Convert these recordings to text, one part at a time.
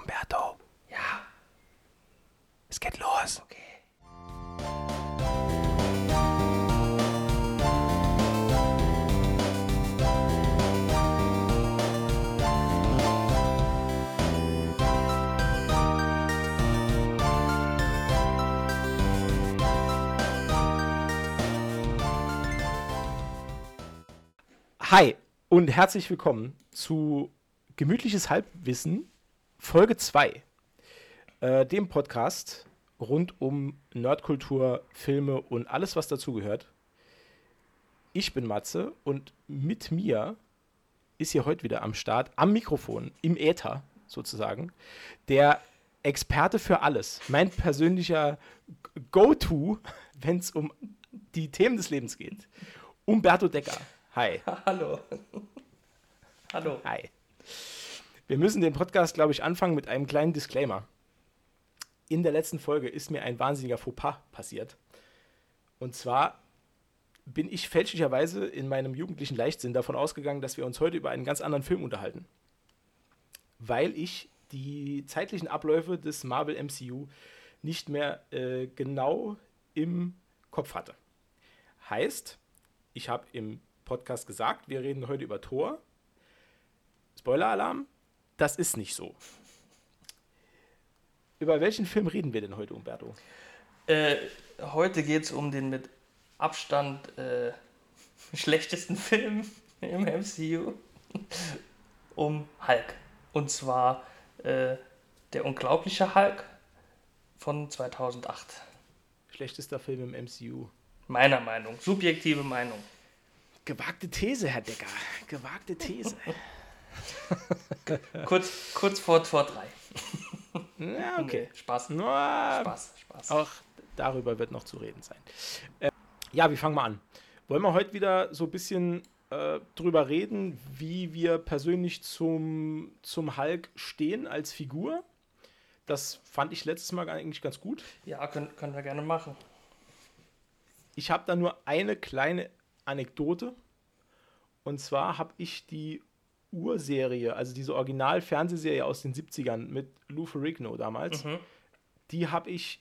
Umberto. Ja. Es geht los. Okay. Hi und herzlich willkommen zu Gemütliches Halbwissen, Folge 2, dem Podcast rund um Nerdkultur, Filme und alles, was dazugehört. Ich bin Matze und mit mir ist hier heute wieder am Start, am Mikrofon, im Äther sozusagen, der Experte für alles, mein persönlicher Go-To, wenn es um die Themen des Lebens geht, Umberto Decker. Hi. Hallo. Hallo. Hi. Wir müssen den Podcast, glaube ich, anfangen mit einem kleinen Disclaimer. In der letzten Folge ist mir ein wahnsinniger Fauxpas passiert. Und zwar bin ich fälschlicherweise in meinem jugendlichen Leichtsinn davon ausgegangen, dass wir uns heute über einen ganz anderen Film unterhalten. Weil ich die zeitlichen Abläufe des Marvel MCU nicht mehr genau im Kopf hatte. Heißt, ich habe im Podcast gesagt, wir reden heute über Thor. Spoiler-Alarm, das ist nicht so. Über welchen Film reden wir denn heute, Umberto? Heute geht es um den mit Abstand schlechtesten Film im MCU. Um Hulk. Und zwar der unglaubliche Hulk von 2008. Schlechtester Film im MCU. Meiner Meinung. Subjektive Meinung. Gewagte These, Herr Decker. Gewagte These. Kurz vor Tor 3. Ja, okay. Nee, Spaß. Na, Spaß. auch darüber wird noch zu reden sein. Ja, wir fangen mal an. Wollen wir heute wieder so ein bisschen drüber reden, wie wir persönlich zum Hulk stehen als Figur? Das fand ich letztes Mal eigentlich ganz gut. Ja, können wir gerne machen. Ich habe da nur eine kleine Anekdote. Und zwar habe ich die Urserie, also diese Original-Fernsehserie aus den 70ern mit Lou Ferrigno damals, die habe ich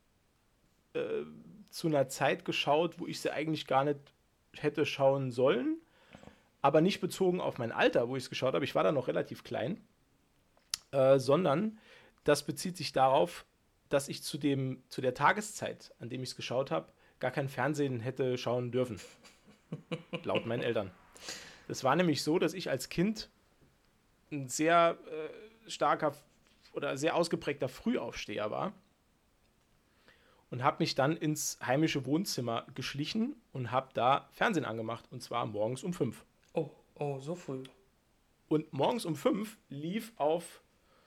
zu einer Zeit geschaut, wo ich sie eigentlich gar nicht hätte schauen sollen, aber nicht bezogen auf mein Alter, wo ich es geschaut habe. Ich war da noch relativ klein, sondern das bezieht sich darauf, dass ich zu der Tageszeit, an dem ich es geschaut habe, gar kein Fernsehen hätte schauen dürfen. Laut meinen Eltern. Es war nämlich so, dass ich als Kind ein sehr starker oder sehr ausgeprägter Frühaufsteher war und habe mich dann ins heimische Wohnzimmer geschlichen und habe da Fernsehen angemacht, und zwar morgens um 5. Oh, so früh. Und morgens um 5 lief auf,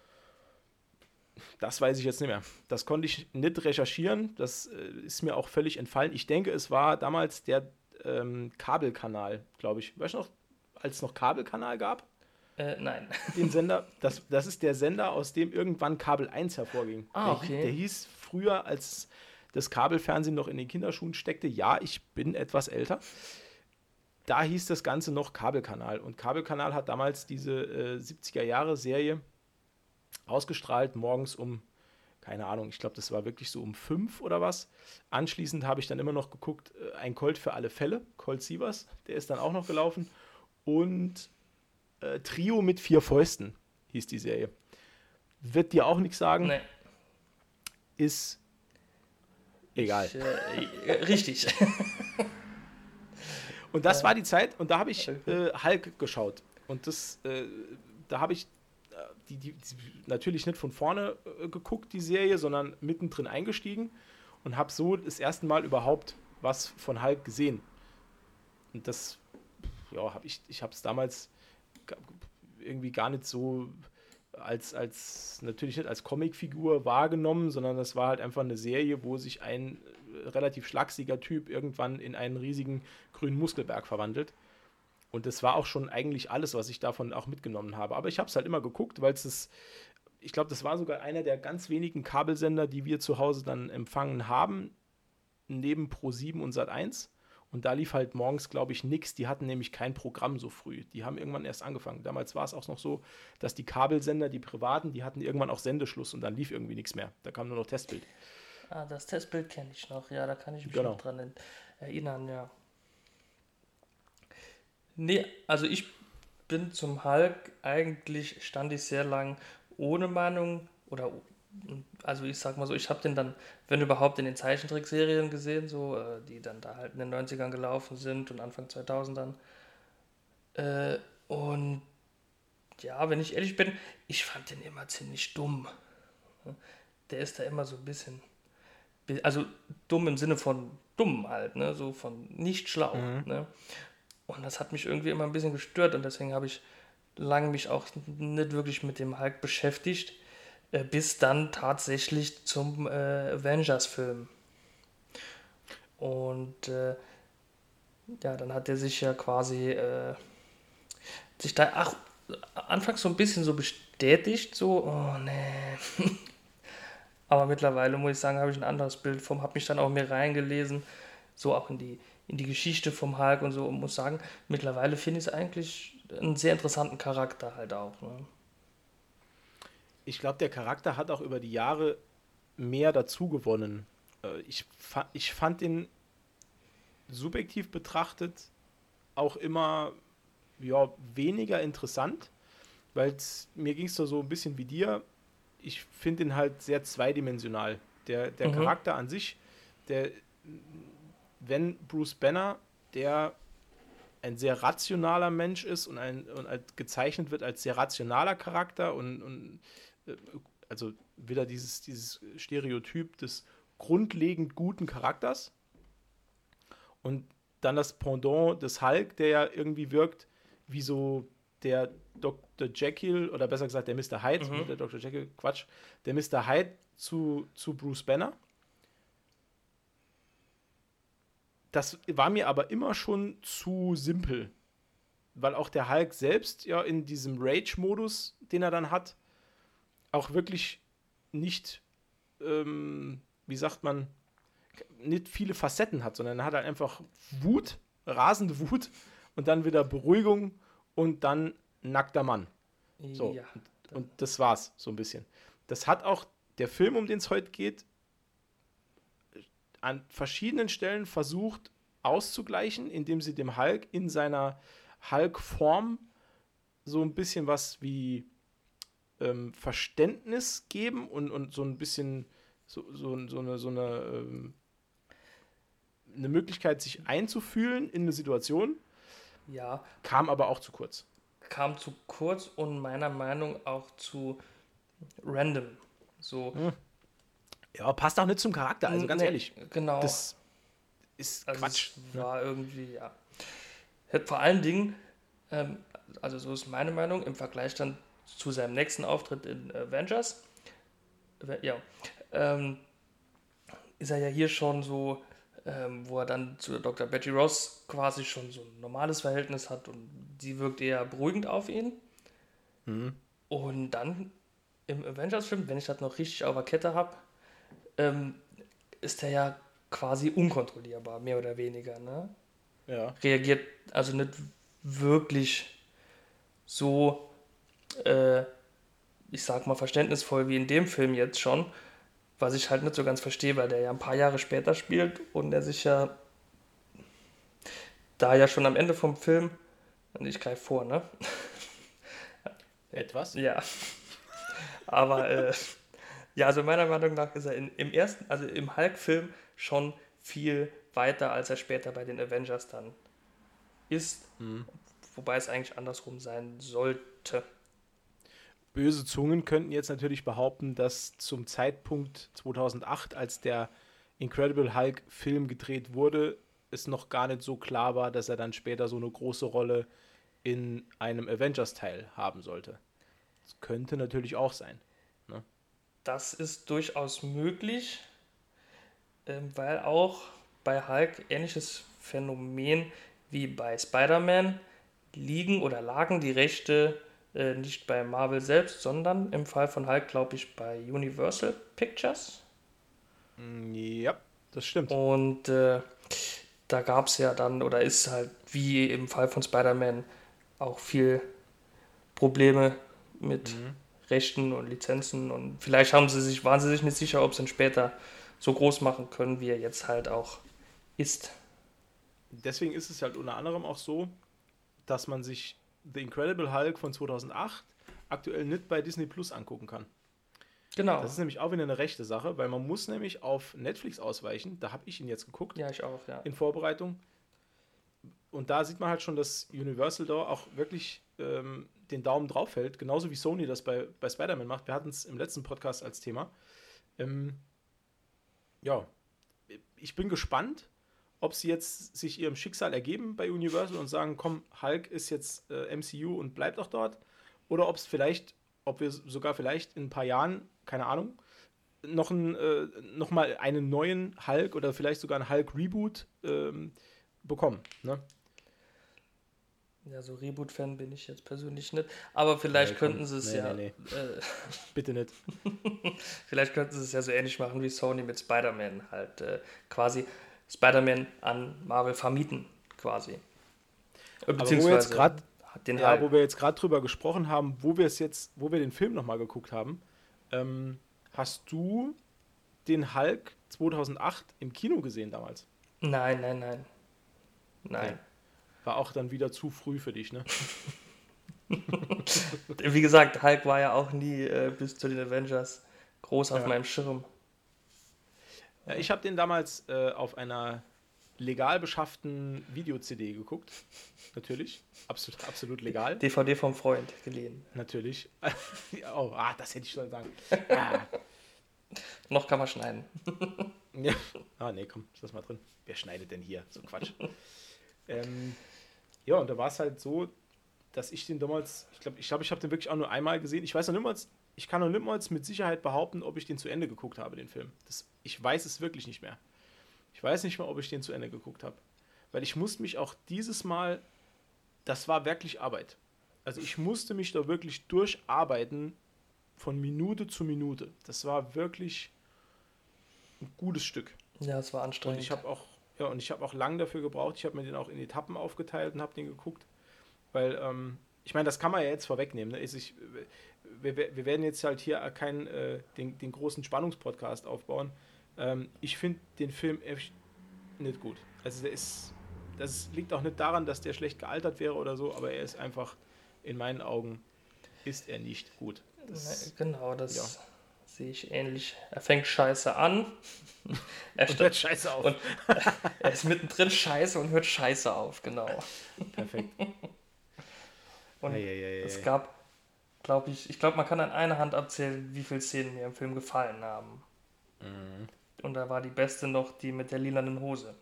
das weiß ich jetzt nicht mehr, das konnte ich nicht recherchieren, das ist mir auch völlig entfallen. Ich denke, es war damals der Kabelkanal, glaube ich. Weißt du noch, als es noch Kabelkanal gab? Nein. Den Sender, das ist der Sender, aus dem irgendwann Kabel 1 hervorging. Okay. Der hieß früher, als das Kabelfernsehen noch in den Kinderschuhen steckte, ja, ich bin etwas älter, da hieß das Ganze noch Kabelkanal. Und Kabelkanal hat damals diese 70er-Jahre-Serie ausgestrahlt, morgens um, keine Ahnung, ich glaube, das war wirklich so um 5 oder was. Anschließend habe ich dann immer noch geguckt, ein Colt für alle Fälle, Colt Sievers, der ist dann auch noch gelaufen. Und Trio mit 4 Fäusten hieß die Serie. Wird dir auch nichts sagen? Nee. Ist egal. Richtig. Und das war die Zeit, und da habe ich Hulk geschaut. Und da habe ich die natürlich nicht von vorne geguckt, die Serie, sondern mittendrin eingestiegen und habe so das erste Mal überhaupt was von Hulk gesehen. Und das, ja, ich habe es damals irgendwie gar nicht so natürlich nicht als Comicfigur wahrgenommen, sondern das war halt einfach eine Serie, wo sich ein relativ schlachsiger Typ irgendwann in einen riesigen grünen Muskelberg verwandelt. Und das war auch schon eigentlich alles, was ich davon auch mitgenommen habe. Aber ich habe es halt immer geguckt, weil ich glaube, das war sogar einer der ganz wenigen Kabelsender, die wir zu Hause dann empfangen haben, neben Pro7 und Sat.1. Und da lief halt morgens, glaube ich, nix. Die hatten nämlich kein Programm so früh. Die haben irgendwann erst angefangen. Damals war es auch noch so, dass die Kabelsender, die privaten, die hatten irgendwann auch Sendeschluss und dann lief irgendwie nichts mehr. Da kam nur noch Testbild. Ah, das Testbild kenne ich noch. Ja, da kann ich mich noch Genau. dran erinnern, ja. Nee, also ich bin zum Hulk, eigentlich stand ich sehr lang ohne Meinung oder also ich sag mal so, ich habe den dann, wenn überhaupt, in den Zeichentrickserien gesehen, so, die dann da halt in den 90ern gelaufen sind und Anfang 2000ern. Und ja, wenn ich ehrlich bin, ich fand den immer ziemlich dumm. Der ist da immer so ein bisschen, also dumm im Sinne von dumm halt, ne, so von nicht schlau, Mhm. ne. Und das hat mich irgendwie immer ein bisschen gestört und deswegen habe ich lange mich auch nicht wirklich mit dem Hulk beschäftigt, bis dann tatsächlich zum Avengers-Film. Und ja, dann hat er sich ja quasi sich da ach, anfangs so ein bisschen so bestätigt, so, oh nee. Aber mittlerweile muss ich sagen, habe ich ein anderes Bild vom, habe mich dann auch mehr reingelesen, so auch in die Geschichte vom Hulk und so und muss sagen, mittlerweile finde ich es eigentlich einen sehr interessanten Charakter halt auch. Ne? Ich glaube, der Charakter hat auch über die Jahre mehr dazu gewonnen. Ich fand ihn subjektiv betrachtet auch immer ja, weniger interessant, weil mir ging es so ein bisschen wie dir. Ich finde ihn halt sehr zweidimensional. Der Mhm. Charakter an sich, der, wenn Bruce Banner, der ein sehr rationaler Mensch ist und gezeichnet wird als sehr rationaler Charakter und äh, also wieder dieses Stereotyp des grundlegend guten Charakters und dann das Pendant des Hulk, der ja irgendwie wirkt wie so der Dr. Jekyll oder besser gesagt der Mr. Hyde, Mhm. ne, der Dr. Jekyll, Quatsch, der Mr. Hyde zu Bruce Banner. Das war mir aber immer schon zu simpel, weil auch der Hulk selbst ja in diesem Rage-Modus, den er dann hat, auch wirklich nicht, wie sagt man, nicht viele Facetten hat, sondern er hat halt einfach Wut, rasende Wut und dann wieder Beruhigung und dann nackter Mann. So, Ja. und das war's so ein bisschen. Das hat auch der Film, um den es heute geht, an verschiedenen Stellen versucht auszugleichen, indem sie dem Hulk in seiner Hulk-Form so ein bisschen was wie Verständnis geben und so ein bisschen eine Möglichkeit, sich einzufühlen in eine Situation, Ja, kam aber auch zu kurz. kam zu kurz und meiner Meinung auch zu random. So, Hm. Ja, passt auch nicht zum Charakter, also ganz ne, ehrlich. genau. Das ist Also Quatsch. es Ne? war irgendwie, ja. Hätte vor allen Dingen, ähm, also so ist meine Meinung, im Vergleich dann zu seinem nächsten Auftritt in Avengers, ja, ähm, ist er ja hier schon so, wo er dann zu Dr. Betty Ross quasi schon so ein normales Verhältnis hat und sie wirkt eher beruhigend auf ihn. Mhm. Und dann im Avengers-Film, wenn ich das noch richtig auf der Kette habe, ähm, ist er ja quasi unkontrollierbar, mehr oder weniger. Ne? Ja. Reagiert also nicht wirklich so, äh, ich sag mal, verständnisvoll wie in dem Film jetzt schon, was ich halt nicht so ganz verstehe, weil der ja ein paar Jahre später spielt und der sich ja da ja schon am Ende vom Film, und ich greife vor, ne? Etwas? Ja, aber ja, also meiner Meinung nach ist er im ersten, also im Hulk-Film schon viel weiter, als er später bei den Avengers dann ist, Mhm. wobei es eigentlich andersrum sein sollte. Böse Zungen könnten jetzt natürlich behaupten, dass zum Zeitpunkt 2008, als der Incredible Hulk-Film gedreht wurde, es noch gar nicht so klar war, dass er dann später so eine große Rolle in einem Avengers-Teil haben sollte. Das könnte natürlich auch sein. Ne? Das ist durchaus möglich, weil auch bei Hulk ähnliches Phänomen wie bei Spider-Man liegen oder lagen die Rechte nicht bei Marvel selbst, sondern im Fall von Hulk, glaube ich, bei Universal Pictures. Ja, das stimmt. Und da gab es ja dann, oder ist halt wie im Fall von Spider-Man auch viel Probleme mit Rechten und Lizenzen und vielleicht waren sie sich nicht sicher, ob sie ihn später so groß machen können, wie er jetzt halt auch ist. Deswegen ist es halt unter anderem auch so, dass man sich The Incredible Hulk von 2008 aktuell nicht bei Disney Plus angucken kann. Genau. Das ist nämlich auch wieder eine rechte Sache, weil man muss nämlich auf Netflix ausweichen. Da habe ich ihn jetzt geguckt. Ja, ich auch, ja. In Vorbereitung. Und da sieht man halt schon, dass Universal da auch wirklich den Daumen drauf hält. Genauso wie Sony das bei Spider-Man macht. Wir hatten es im letzten Podcast als Thema. Ja, ich bin gespannt, ob sie jetzt sich ihrem Schicksal ergeben bei Universal und sagen, komm, Hulk ist jetzt MCU und bleibt auch dort. Oder ob wir sogar vielleicht in ein paar Jahren, keine Ahnung, noch mal einen neuen Hulk oder vielleicht sogar einen Hulk-Reboot bekommen. Ne? Ja, so Reboot-Fan bin ich jetzt persönlich nicht. Aber vielleicht könnten sie es Nee. Bitte nicht. Vielleicht könnten sie es ja so ähnlich machen wie Sony mit Spider-Man. Halt quasi Spider-Man an Marvel vermieten, quasi. Beziehungsweise Hulk. Wo wir jetzt gerade drüber gesprochen haben, wo wir den Film nochmal geguckt haben, hast du den Hulk 2008 im Kino gesehen damals? Nein. Okay. War auch dann wieder zu früh für dich, ne? Wie gesagt, Hulk war ja auch nie bis zu den Avengers groß auf meinem Schirm. Ja, ich habe den damals auf einer legal beschafften Video-CD geguckt. Natürlich. Absolut legal. DVD vom Freund geliehen. Natürlich. Das hätte ich schon sagen. Noch kann man schneiden. Ja. Nee, komm, lass mal drin. Wer schneidet denn hier? So Quatsch. Ja, und da war es halt so, dass ich den damals, ich habe den wirklich auch nur einmal gesehen. Ich weiß noch niemals, ich kann noch niemals mit Sicherheit behaupten, ob ich den zu Ende geguckt habe, den Film. Ich weiß es wirklich nicht mehr. Ich weiß nicht mehr, ob ich den zu Ende geguckt habe. Weil ich musste mich auch dieses Mal, das war wirklich Arbeit. Also ich musste mich da wirklich durcharbeiten von Minute zu Minute. Das war wirklich ein gutes Stück. Ja, es war anstrengend. Und ich habe auch lang dafür gebraucht. Ich habe mir den auch in Etappen aufgeteilt und habe den geguckt. Weil, ich meine, das kann man ja jetzt vorwegnehmen. Ne? Wir werden jetzt halt hier den großen Spannungspodcast aufbauen. Ich finde den Film echt nicht gut. Also das liegt auch nicht daran, dass der schlecht gealtert wäre oder so, aber er ist einfach, in meinen Augen, ist er nicht gut. Das sehe ich ähnlich. Er fängt scheiße an. Er hört scheiße auf. Und er ist mittendrin scheiße und hört scheiße auf, genau. Perfekt. Und es gab, glaube man kann an einer Hand abzählen, wie viele Szenen mir im Film gefallen haben. Mhm. Und da war die beste noch die mit der lilanen Hose.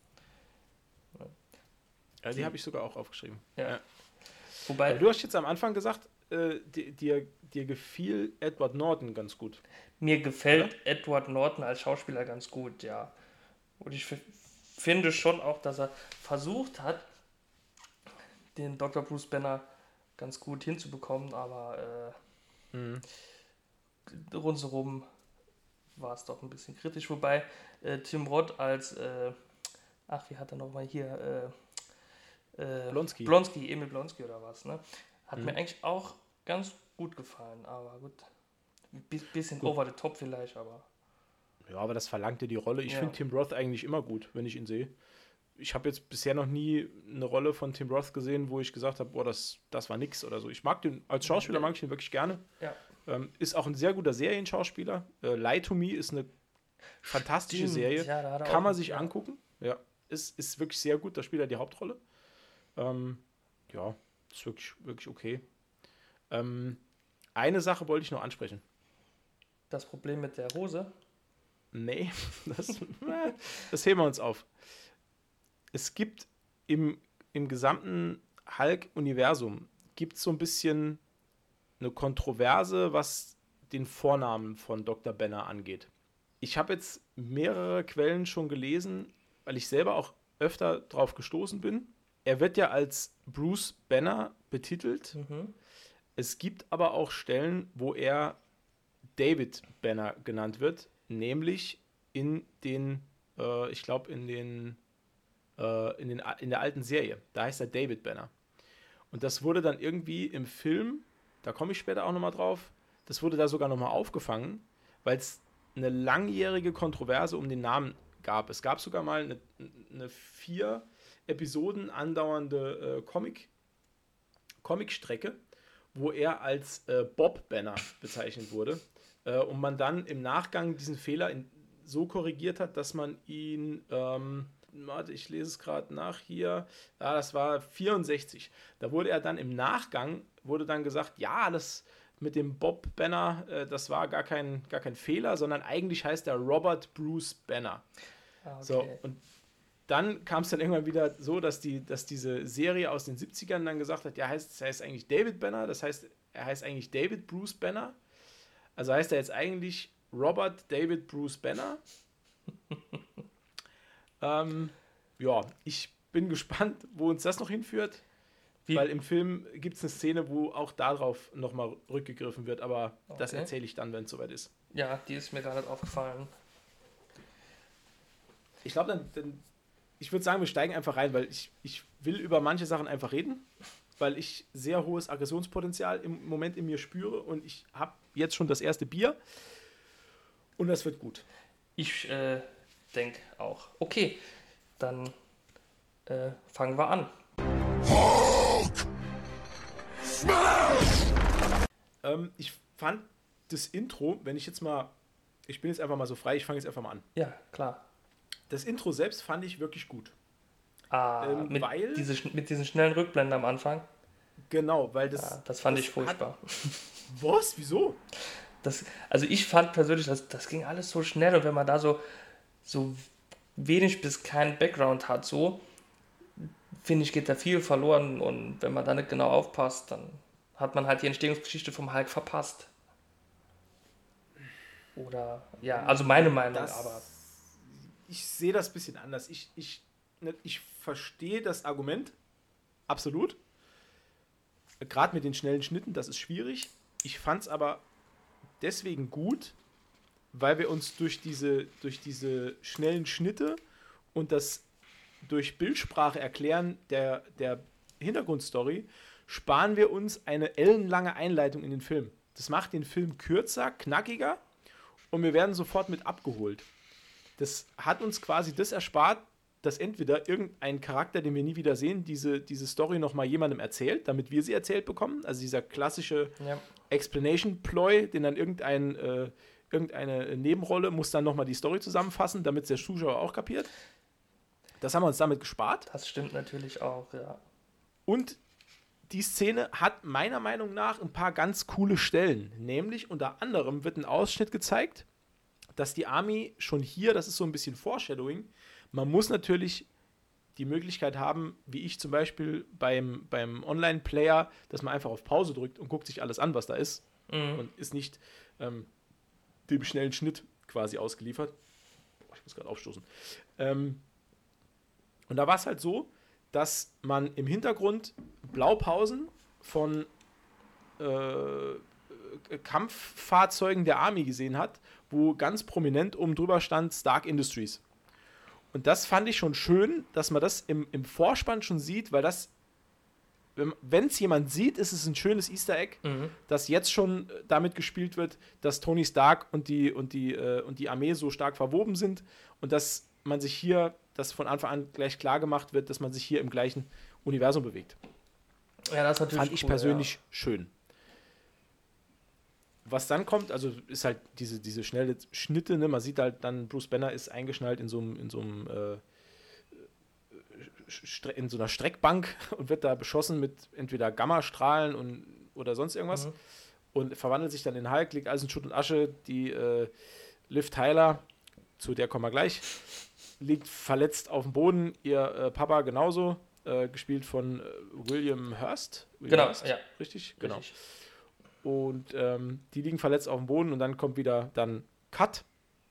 Ja, die habe ich sogar auch aufgeschrieben. Ja. Wobei, aber du hast jetzt am Anfang gesagt, dir gefiel Edward Norton ganz gut. Mir gefällt Edward Norton als Schauspieler ganz gut, ja. Und ich finde schon auch, dass er versucht hat, den Dr. Bruce Banner ganz gut hinzubekommen, aber rundherum war es doch ein bisschen kritisch. Wobei Tim Roth als, wie hat er nochmal hier? Emil Blonsky oder was, ne? Hat mir eigentlich auch ganz gut gefallen, aber gut. Bisschen over the top vielleicht, aber. Ja, aber das verlangte die Rolle. Ich finde Tim Roth eigentlich immer gut, wenn ich ihn sehe. Ich habe jetzt bisher noch nie eine Rolle von Tim Roth gesehen, wo ich gesagt habe, boah, das war nix oder so. Ich mag den, als Schauspieler mag ich ihn wirklich gerne. Ja. Ist auch ein sehr guter Serienschauspieler. Lie to Me ist eine fantastische Serie. Ja, kann man sich angucken. Ja, ist wirklich sehr gut. Da spielt er die Hauptrolle. Ist wirklich okay. Eine Sache wollte ich noch ansprechen. Das Problem mit der Hose? Nee, das heben wir uns auf. Es gibt im gesamten Hulk-Universum gibt es so ein bisschen eine Kontroverse, was den Vornamen von Dr. Banner angeht. Ich habe jetzt mehrere Quellen schon gelesen, weil ich selber auch öfter drauf gestoßen bin. Er wird ja als Bruce Banner betitelt. Mhm. Es gibt aber auch Stellen, wo er David Banner genannt wird, nämlich in den in der alten Serie. Da heißt er David Banner. Und das wurde dann irgendwie im Film, da komme ich später auch nochmal drauf, das wurde da sogar nochmal aufgefangen, weil es eine langjährige Kontroverse um den Namen gab. Es gab sogar mal eine 4 Episoden andauernde Comicstrecke, wo er als Bob Banner bezeichnet wurde. Und man dann im Nachgang diesen Fehler so korrigiert hat, dass man ihn, warte, ich lese es gerade nach hier, das war 64. Da wurde er dann im Nachgang, wurde dann gesagt, ja, das mit dem Bob Banner, das war gar kein Fehler, sondern eigentlich heißt er Robert Bruce Banner. Okay. So, und dann kam es dann irgendwann wieder so, dass diese Serie aus den 70ern dann gesagt hat, ja, es heißt eigentlich David Banner, das heißt, er heißt eigentlich David Bruce Banner. Also heißt er jetzt eigentlich Robert David Bruce Banner. Ja, ich bin gespannt, wo uns das noch hinführt, weil im Film gibt es eine Szene, wo auch darauf nochmal rückgegriffen wird, aber das erzähle ich dann, wenn es soweit ist. Ja, die ist mir gar nicht aufgefallen. Ich glaube, ich würde sagen, wir steigen einfach rein, weil ich will über manche Sachen einfach reden, weil ich sehr hohes Aggressionspotenzial im Moment in mir spüre und ich habe jetzt schon das erste Bier und das wird gut. Ich denke auch. Okay, dann fangen wir an. Ich fand das Intro, wenn ich jetzt mal, ich bin jetzt einfach mal so frei, ich fange jetzt einfach mal an. Ja, klar. Das Intro selbst fand ich wirklich gut. Mit diesen schnellen Rückblenden am Anfang? Genau, weil das... das fand ich furchtbar. Was? Wieso? Also ich fand persönlich, das ging alles so schnell und wenn man da so wenig bis keinen Background hat, so, finde ich, geht da viel verloren und wenn man da nicht genau aufpasst, dann hat man halt die Entstehungsgeschichte vom Hulk verpasst. Oder, ja, also meine Meinung, aber... Ich sehe das ein bisschen anders. Ich verstehe das Argument, absolut. Gerade mit den schnellen Schnitten, das ist schwierig. Ich fand es aber deswegen gut, weil wir uns durch diese schnellen Schnitte und das durch Bildsprache erklären der Hintergrundstory, sparen wir uns eine ellenlange Einleitung in den Film. Das macht den Film kürzer, knackiger und wir werden sofort mit abgeholt. Das hat uns quasi das erspart, dass entweder irgendein Charakter, den wir nie wieder sehen, diese Story nochmal jemandem erzählt, damit wir sie erzählt bekommen. Also dieser klassische Explanation-Ploy, den dann irgendeine Nebenrolle muss dann nochmal die Story zusammenfassen, damit der Zuschauer auch kapiert. Das haben wir uns damit gespart. Das stimmt natürlich auch, ja. Und die Szene hat meiner Meinung nach ein paar ganz coole Stellen. Nämlich unter anderem wird ein Ausschnitt gezeigt, dass die Army schon hier, das ist so ein bisschen Foreshadowing, man muss natürlich die Möglichkeit haben, wie ich zum Beispiel beim Online-Player, dass man einfach auf Pause drückt und guckt sich alles an, was da ist und ist nicht dem schnellen Schnitt quasi ausgeliefert. Ich muss gerade aufstoßen. Und da war es halt so, dass man im Hintergrund Blaupausen von Kampffahrzeugen der Army gesehen hat, wo ganz prominent oben drüber stand Stark Industries. Und das fand ich schon schön, dass man das im Vorspann schon sieht, weil das, wenn es jemand sieht, ist es ein schönes Easter Egg, dass jetzt schon damit gespielt wird, dass Tony Stark und die Armee so stark verwoben sind und dass man sich hier, dass von Anfang an gleich klar gemacht wird, dass man sich hier im gleichen Universum bewegt. Ja, das ist natürlich fand ich persönlich schön. Was dann kommt, also ist halt diese schnelle Schnitte, ne? Man sieht halt dann, Bruce Banner ist eingeschnallt in so einer Streckbank und wird da beschossen mit entweder Gammastrahlen oder sonst irgendwas und verwandelt sich dann in Hulk, liegt alles in Schutt und Asche. Die Liv Tyler, zu der kommen wir gleich, liegt verletzt auf dem Boden, ihr Papa genauso, gespielt von William Hurst. Hurst, ja. Richtig? Genau. Und die liegen verletzt auf dem Boden und dann kommt wieder dann Cut.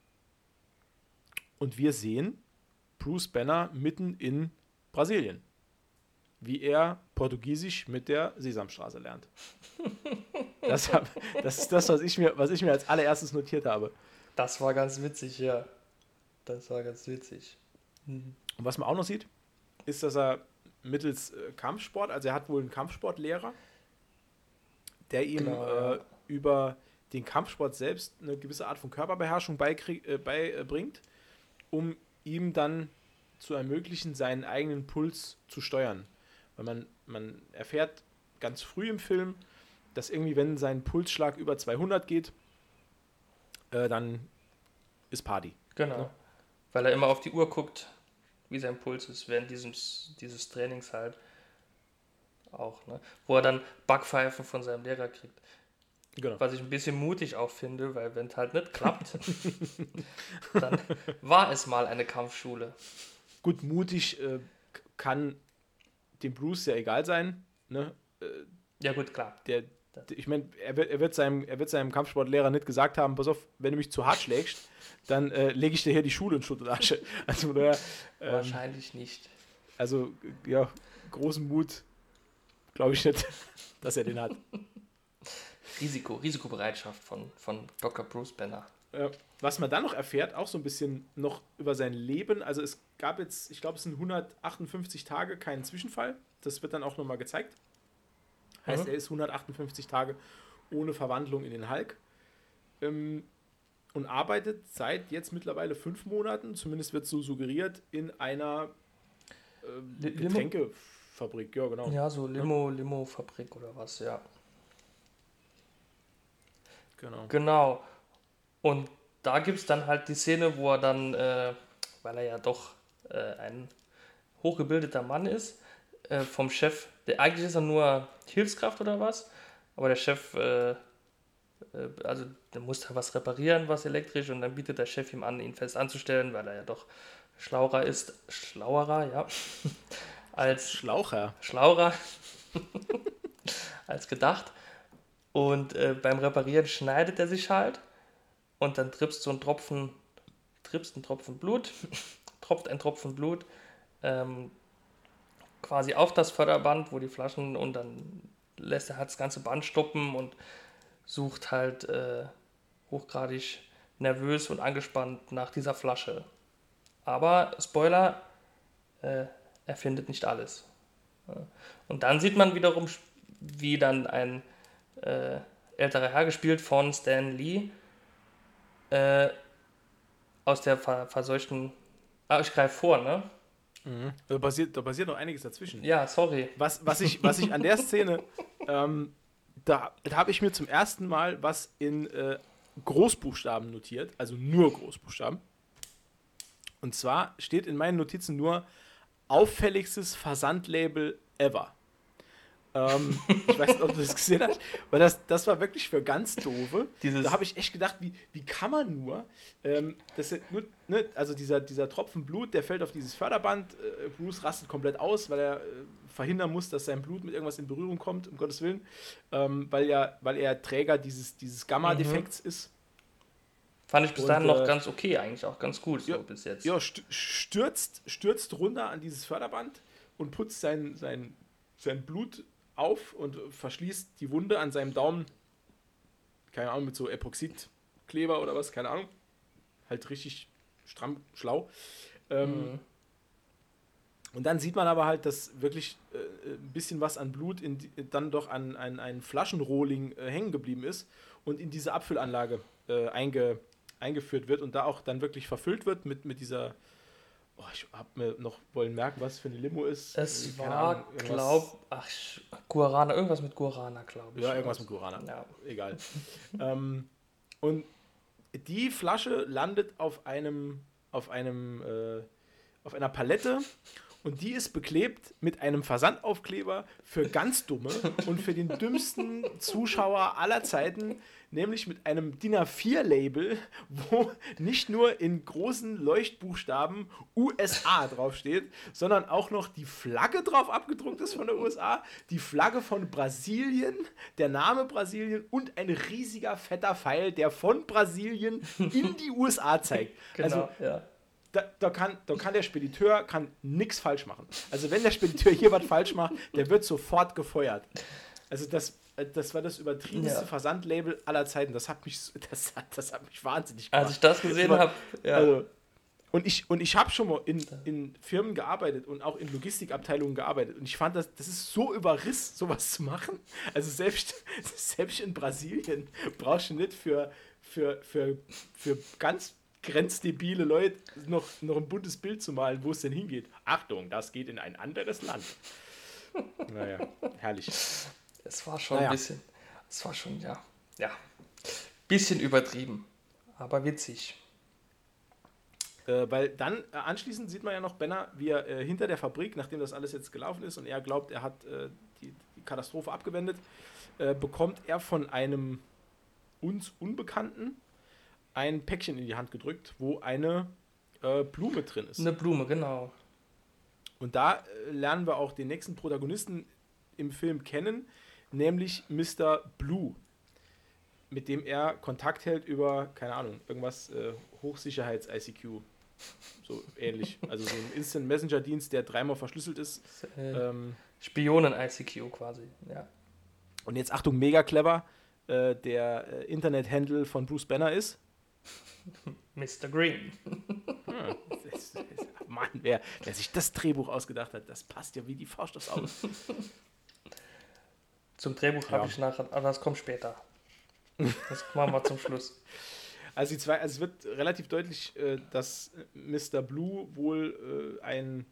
Und wir sehen Bruce Banner mitten in Brasilien. Wie er Portugiesisch mit der Sesamstraße lernt. Das ist das, was ich mir als allererstes notiert habe. Das war ganz witzig, ja. Das war ganz witzig. Und was man auch noch sieht, ist, dass er mittels Kampfsport, also er hat wohl einen Kampfsportlehrer, der ihm über den Kampfsport selbst eine gewisse Art von Körperbeherrschung beibringt, um ihm dann zu ermöglichen, seinen eigenen Puls zu steuern. Weil man erfährt ganz früh im Film, dass irgendwie, wenn sein Pulsschlag über 200 geht, dann ist Party. Genau. Ja. Weil er immer auf die Uhr guckt, wie sein Puls ist, während dieses Trainings halt auch, ne? Wo er dann Backpfeifen von seinem Lehrer kriegt. Genau. Was ich ein bisschen mutig auch finde, weil wenn es halt nicht klappt, dann war es mal eine Kampfschule. Gut, mutig kann dem Bruce ja egal sein. Ne? Ja gut, klar. Ich meine, er wird seinem Kampfsportlehrer nicht gesagt haben, pass auf, wenn du mich zu hart schlägst, dann lege ich dir hier die Schule in Schutt und Asche. Also, Wahrscheinlich nicht. Also, ja, großen Mut glaube ich nicht, dass er den hat. Risikobereitschaft von Dr. Bruce Banner. Was man dann noch erfährt, auch so ein bisschen noch über sein Leben, also es gab jetzt, ich glaube, es sind 158 Tage, keinen Zwischenfall. Das wird dann auch nochmal gezeigt. Heißt, er ist 158 Tage ohne Verwandlung in den Hulk. Und arbeitet seit jetzt mittlerweile 5 Monaten, zumindest wird so suggeriert, in einer Getränkefabrik. Ja, genau. Ja, so Limo-Fabrik oder was, ja. Genau. Und da gibt es dann halt die Szene, wo er dann, weil er ja doch ein hochgebildeter Mann ist, vom Chef, eigentlich ist er nur Hilfskraft oder was, aber der Chef, also der muss da was reparieren, was elektrisch, und dann bietet der Chef ihm an, ihn fest anzustellen, weil er ja doch schlauerer, ja, Schlaucher als gedacht. Und beim Reparieren schneidet er sich halt und dann trippst ein Tropfen Blut, tropft ein Tropfen Blut quasi auf das Förderband, wo die Flaschen, und dann lässt er halt das ganze Band stoppen und sucht halt hochgradig nervös und angespannt nach dieser Flasche. Aber, Spoiler, er findet nicht alles. Und dann sieht man wiederum, wie dann ein älterer Herr, gespielt von Stan Lee, aus der verseuchten... ich greife vor, ne? Mhm. Da passiert noch einiges dazwischen. Ja, sorry. Was ich an der Szene, da habe ich mir zum ersten Mal was in Großbuchstaben notiert, also nur Großbuchstaben. Und zwar steht in meinen Notizen nur auffälligstes Versandlabel ever. Ich weiß nicht, ob du das gesehen hast, weil das war wirklich für ganz Doofe. Da habe ich echt gedacht, wie kann man nur, also dieser Tropfen Blut, der fällt auf dieses Förderband, Bruce rastet komplett aus, weil er verhindern muss, dass sein Blut mit irgendwas in Berührung kommt, um Gottes Willen, weil er Träger dieses Gamma-Defekts ist. Fand ich bis dahin noch ganz okay, eigentlich auch ganz gut, so bis jetzt. Ja, stürzt runter an dieses Förderband und putzt sein Blut auf und verschließt die Wunde an seinem Daumen, keine Ahnung, mit so Epoxidkleber oder was, keine Ahnung. Halt richtig schlau. Und dann sieht man aber halt, dass wirklich ein bisschen was an Blut dann doch an einen Flaschenrohling hängen geblieben ist und in diese Abfüllanlage eingeführt wird und da auch dann wirklich verfüllt wird mit dieser... Oh, ich habe mir noch wollen merken, was es für eine Limo ist. Es war, Guarana, irgendwas mit Guarana, glaube ich. Ja, irgendwas mit Guarana. Ja. Egal. Und die Flasche landet auf einer Palette und die ist beklebt mit einem Versandaufkleber für ganz Dumme und für den dümmsten Zuschauer aller Zeiten, nämlich mit einem DIN A4-Label, wo nicht nur in großen Leuchtbuchstaben USA draufsteht, sondern auch noch die Flagge drauf abgedruckt ist von der USA, die Flagge von Brasilien, der Name Brasilien und ein riesiger fetter Pfeil, der von Brasilien in die USA zeigt. Genau, also, ja. Da kann der Spediteur nichts falsch machen. Also wenn der Spediteur hier was falsch macht, der wird sofort gefeuert. Also das war das übertriebenste Versandlabel aller Zeiten. Das hat mich wahnsinnig gemacht. Als ich das gesehen habe, ja. Also, Und ich habe schon mal in Firmen gearbeitet und auch in Logistikabteilungen gearbeitet. Und ich fand, das ist so überriss, sowas zu machen. Also selbst in Brasilien brauchst du nicht für ganz grenzdebile Leute noch ein buntes Bild zu malen, wo es denn hingeht. Achtung, das geht in ein anderes Land. Naja, herrlich. Es war schon ein bisschen, es war schon, bisschen übertrieben, aber witzig. Weil dann anschließend sieht man ja noch Benner, wie er hinter der Fabrik, nachdem das alles jetzt gelaufen ist und er glaubt, er hat die Katastrophe abgewendet, bekommt er von einem uns Unbekannten ein Päckchen in die Hand gedrückt, wo eine Blume drin ist. Eine Blume, genau. Und da lernen wir auch den nächsten Protagonisten im Film kennen, nämlich Mr. Blue, mit dem er Kontakt hält über, keine Ahnung, irgendwas Hochsicherheits-ICQ. So ähnlich. Also so ein Instant-Messenger-Dienst, der dreimal verschlüsselt ist. Spionen-ICQ quasi, ja. Und jetzt Achtung, mega clever, der Internet-Handle von Bruce Banner ist Mr. Green. Mann, wer sich das Drehbuch ausgedacht hat, das passt ja wie die Faust aufs Auge. Zum Drehbuch habe ich nachher, aber das kommt später. Das machen wir zum Schluss. Also es wird relativ deutlich, dass Mr. Blue wohl ein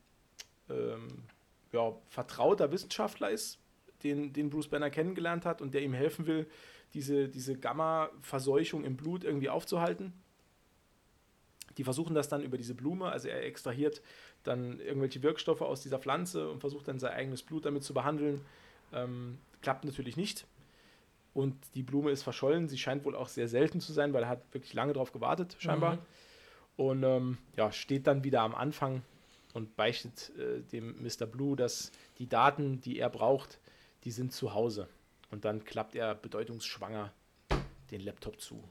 vertrauter Wissenschaftler ist, den Bruce Banner kennengelernt hat und der ihm helfen will, diese Gamma-Verseuchung im Blut irgendwie aufzuhalten. Die versuchen das dann über diese Blume, also er extrahiert dann irgendwelche Wirkstoffe aus dieser Pflanze und versucht dann sein eigenes Blut damit zu behandeln. Klappt natürlich nicht. Und die Blume ist verschollen. Sie scheint wohl auch sehr selten zu sein, weil er hat wirklich lange drauf gewartet, scheinbar. Und steht dann wieder am Anfang und beichtet dem Mr. Blue, dass die Daten, die er braucht, die sind zu Hause. Und dann klappt er bedeutungsschwanger den Laptop zu.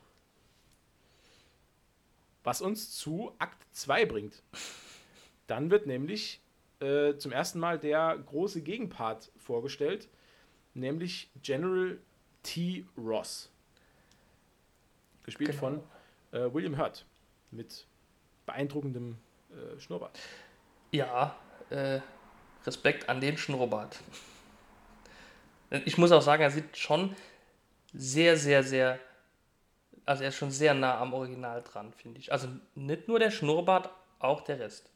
Was uns zu Akt 2 bringt. Dann wird nämlich zum ersten Mal der große Gegenpart vorgestellt, nämlich General T. Ross. Gespielt von William Hurt mit beeindruckendem Schnurrbart. Ja, Respekt an den Schnurrbart. Ich muss auch sagen, er sieht schon sehr, sehr, sehr, also er ist schon sehr nah am Original dran, finde ich. Also nicht nur der Schnurrbart, auch der Rest.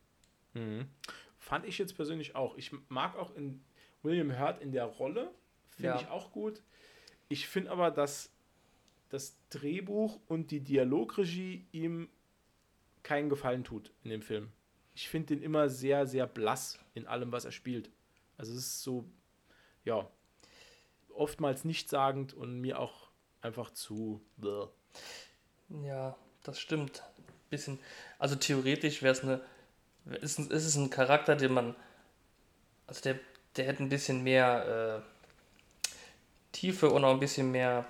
Fand ich jetzt persönlich auch. Ich mag auch in William Hurt in der Rolle, finde ich auch gut. Ich finde aber, dass das Drehbuch und die Dialogregie ihm keinen Gefallen tut in dem Film. Ich finde den immer sehr, sehr blass in allem, was er spielt. Also es ist so, oftmals nichtssagend und mir auch einfach zu... Ja, das stimmt. Bisschen, also theoretisch wäre es ist es ein Charakter, den man, also der hätte ein bisschen mehr Tiefe und auch ein bisschen mehr,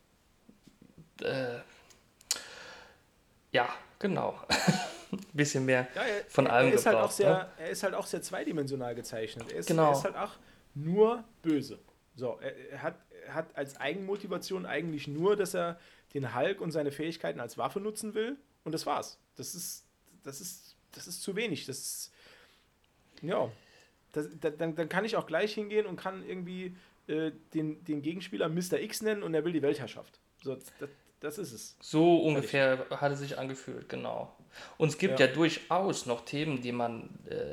genau, ein bisschen mehr von allem gebraucht. Er ist halt auch sehr zweidimensional gezeichnet. Er ist halt auch nur böse. So, er hat als Eigenmotivation eigentlich nur, dass er den Hulk und seine Fähigkeiten als Waffe nutzen will und das war's. Das ist zu wenig. Dann kann ich auch gleich hingehen und kann irgendwie den Gegenspieler Mr. X nennen und er will die Weltherrschaft. So, das ist es. So ungefähr hat es sich angefühlt, genau. Und es gibt ja durchaus noch Themen, die man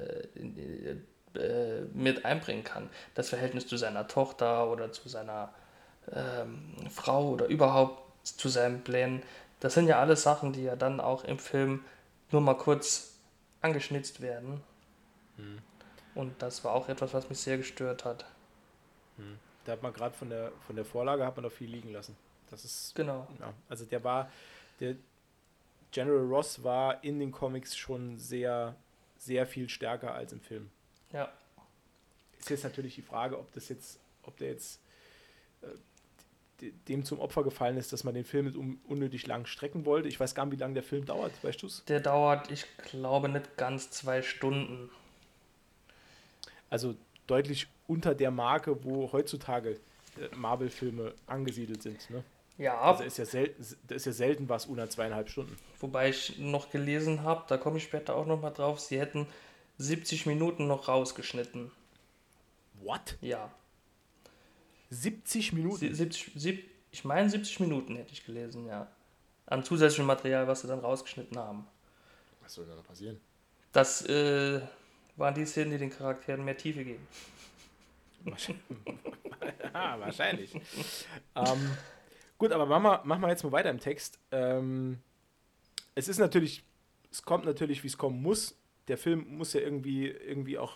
mit einbringen kann. Das Verhältnis zu seiner Tochter oder zu seiner Frau oder überhaupt zu seinen Plänen. Das sind ja alles Sachen, die ja dann auch im Film nur mal kurz angeschnitzt werden. Und das war auch etwas, was mich sehr gestört hat. Da hat man gerade von der Vorlage hat man noch viel liegen lassen. Das ist genau. Ja, also der General Ross war in den Comics schon sehr, sehr viel stärker als im Film. Ja. Ist jetzt natürlich die Frage, ob der jetzt dem zum Opfer gefallen ist, dass man den Film nicht unnötig lang strecken wollte. Ich weiß gar nicht, wie lange der Film dauert, weißt du es? Der dauert, ich glaube, nicht ganz 2 Stunden. Also deutlich unter der Marke, wo heutzutage Marvel-Filme angesiedelt sind, ne? Ja, Also ist ja selten was unter 2,5 Stunden. wobei ich noch gelesen habe, da komme ich später auch noch mal drauf, sie hätten 70 Minuten noch rausgeschnitten. What? Ja, 70 Minuten? 70, ich meine 70 Minuten hätte ich gelesen, ja. An zusätzlichem Material, was sie dann rausgeschnitten haben. Was soll da noch passieren? Das waren die Szenen, die den Charakteren mehr Tiefe geben. Wahrscheinlich. Gut, aber machen wir jetzt mal weiter im Text. Es kommt natürlich, wie es kommen muss. Der Film muss ja irgendwie auch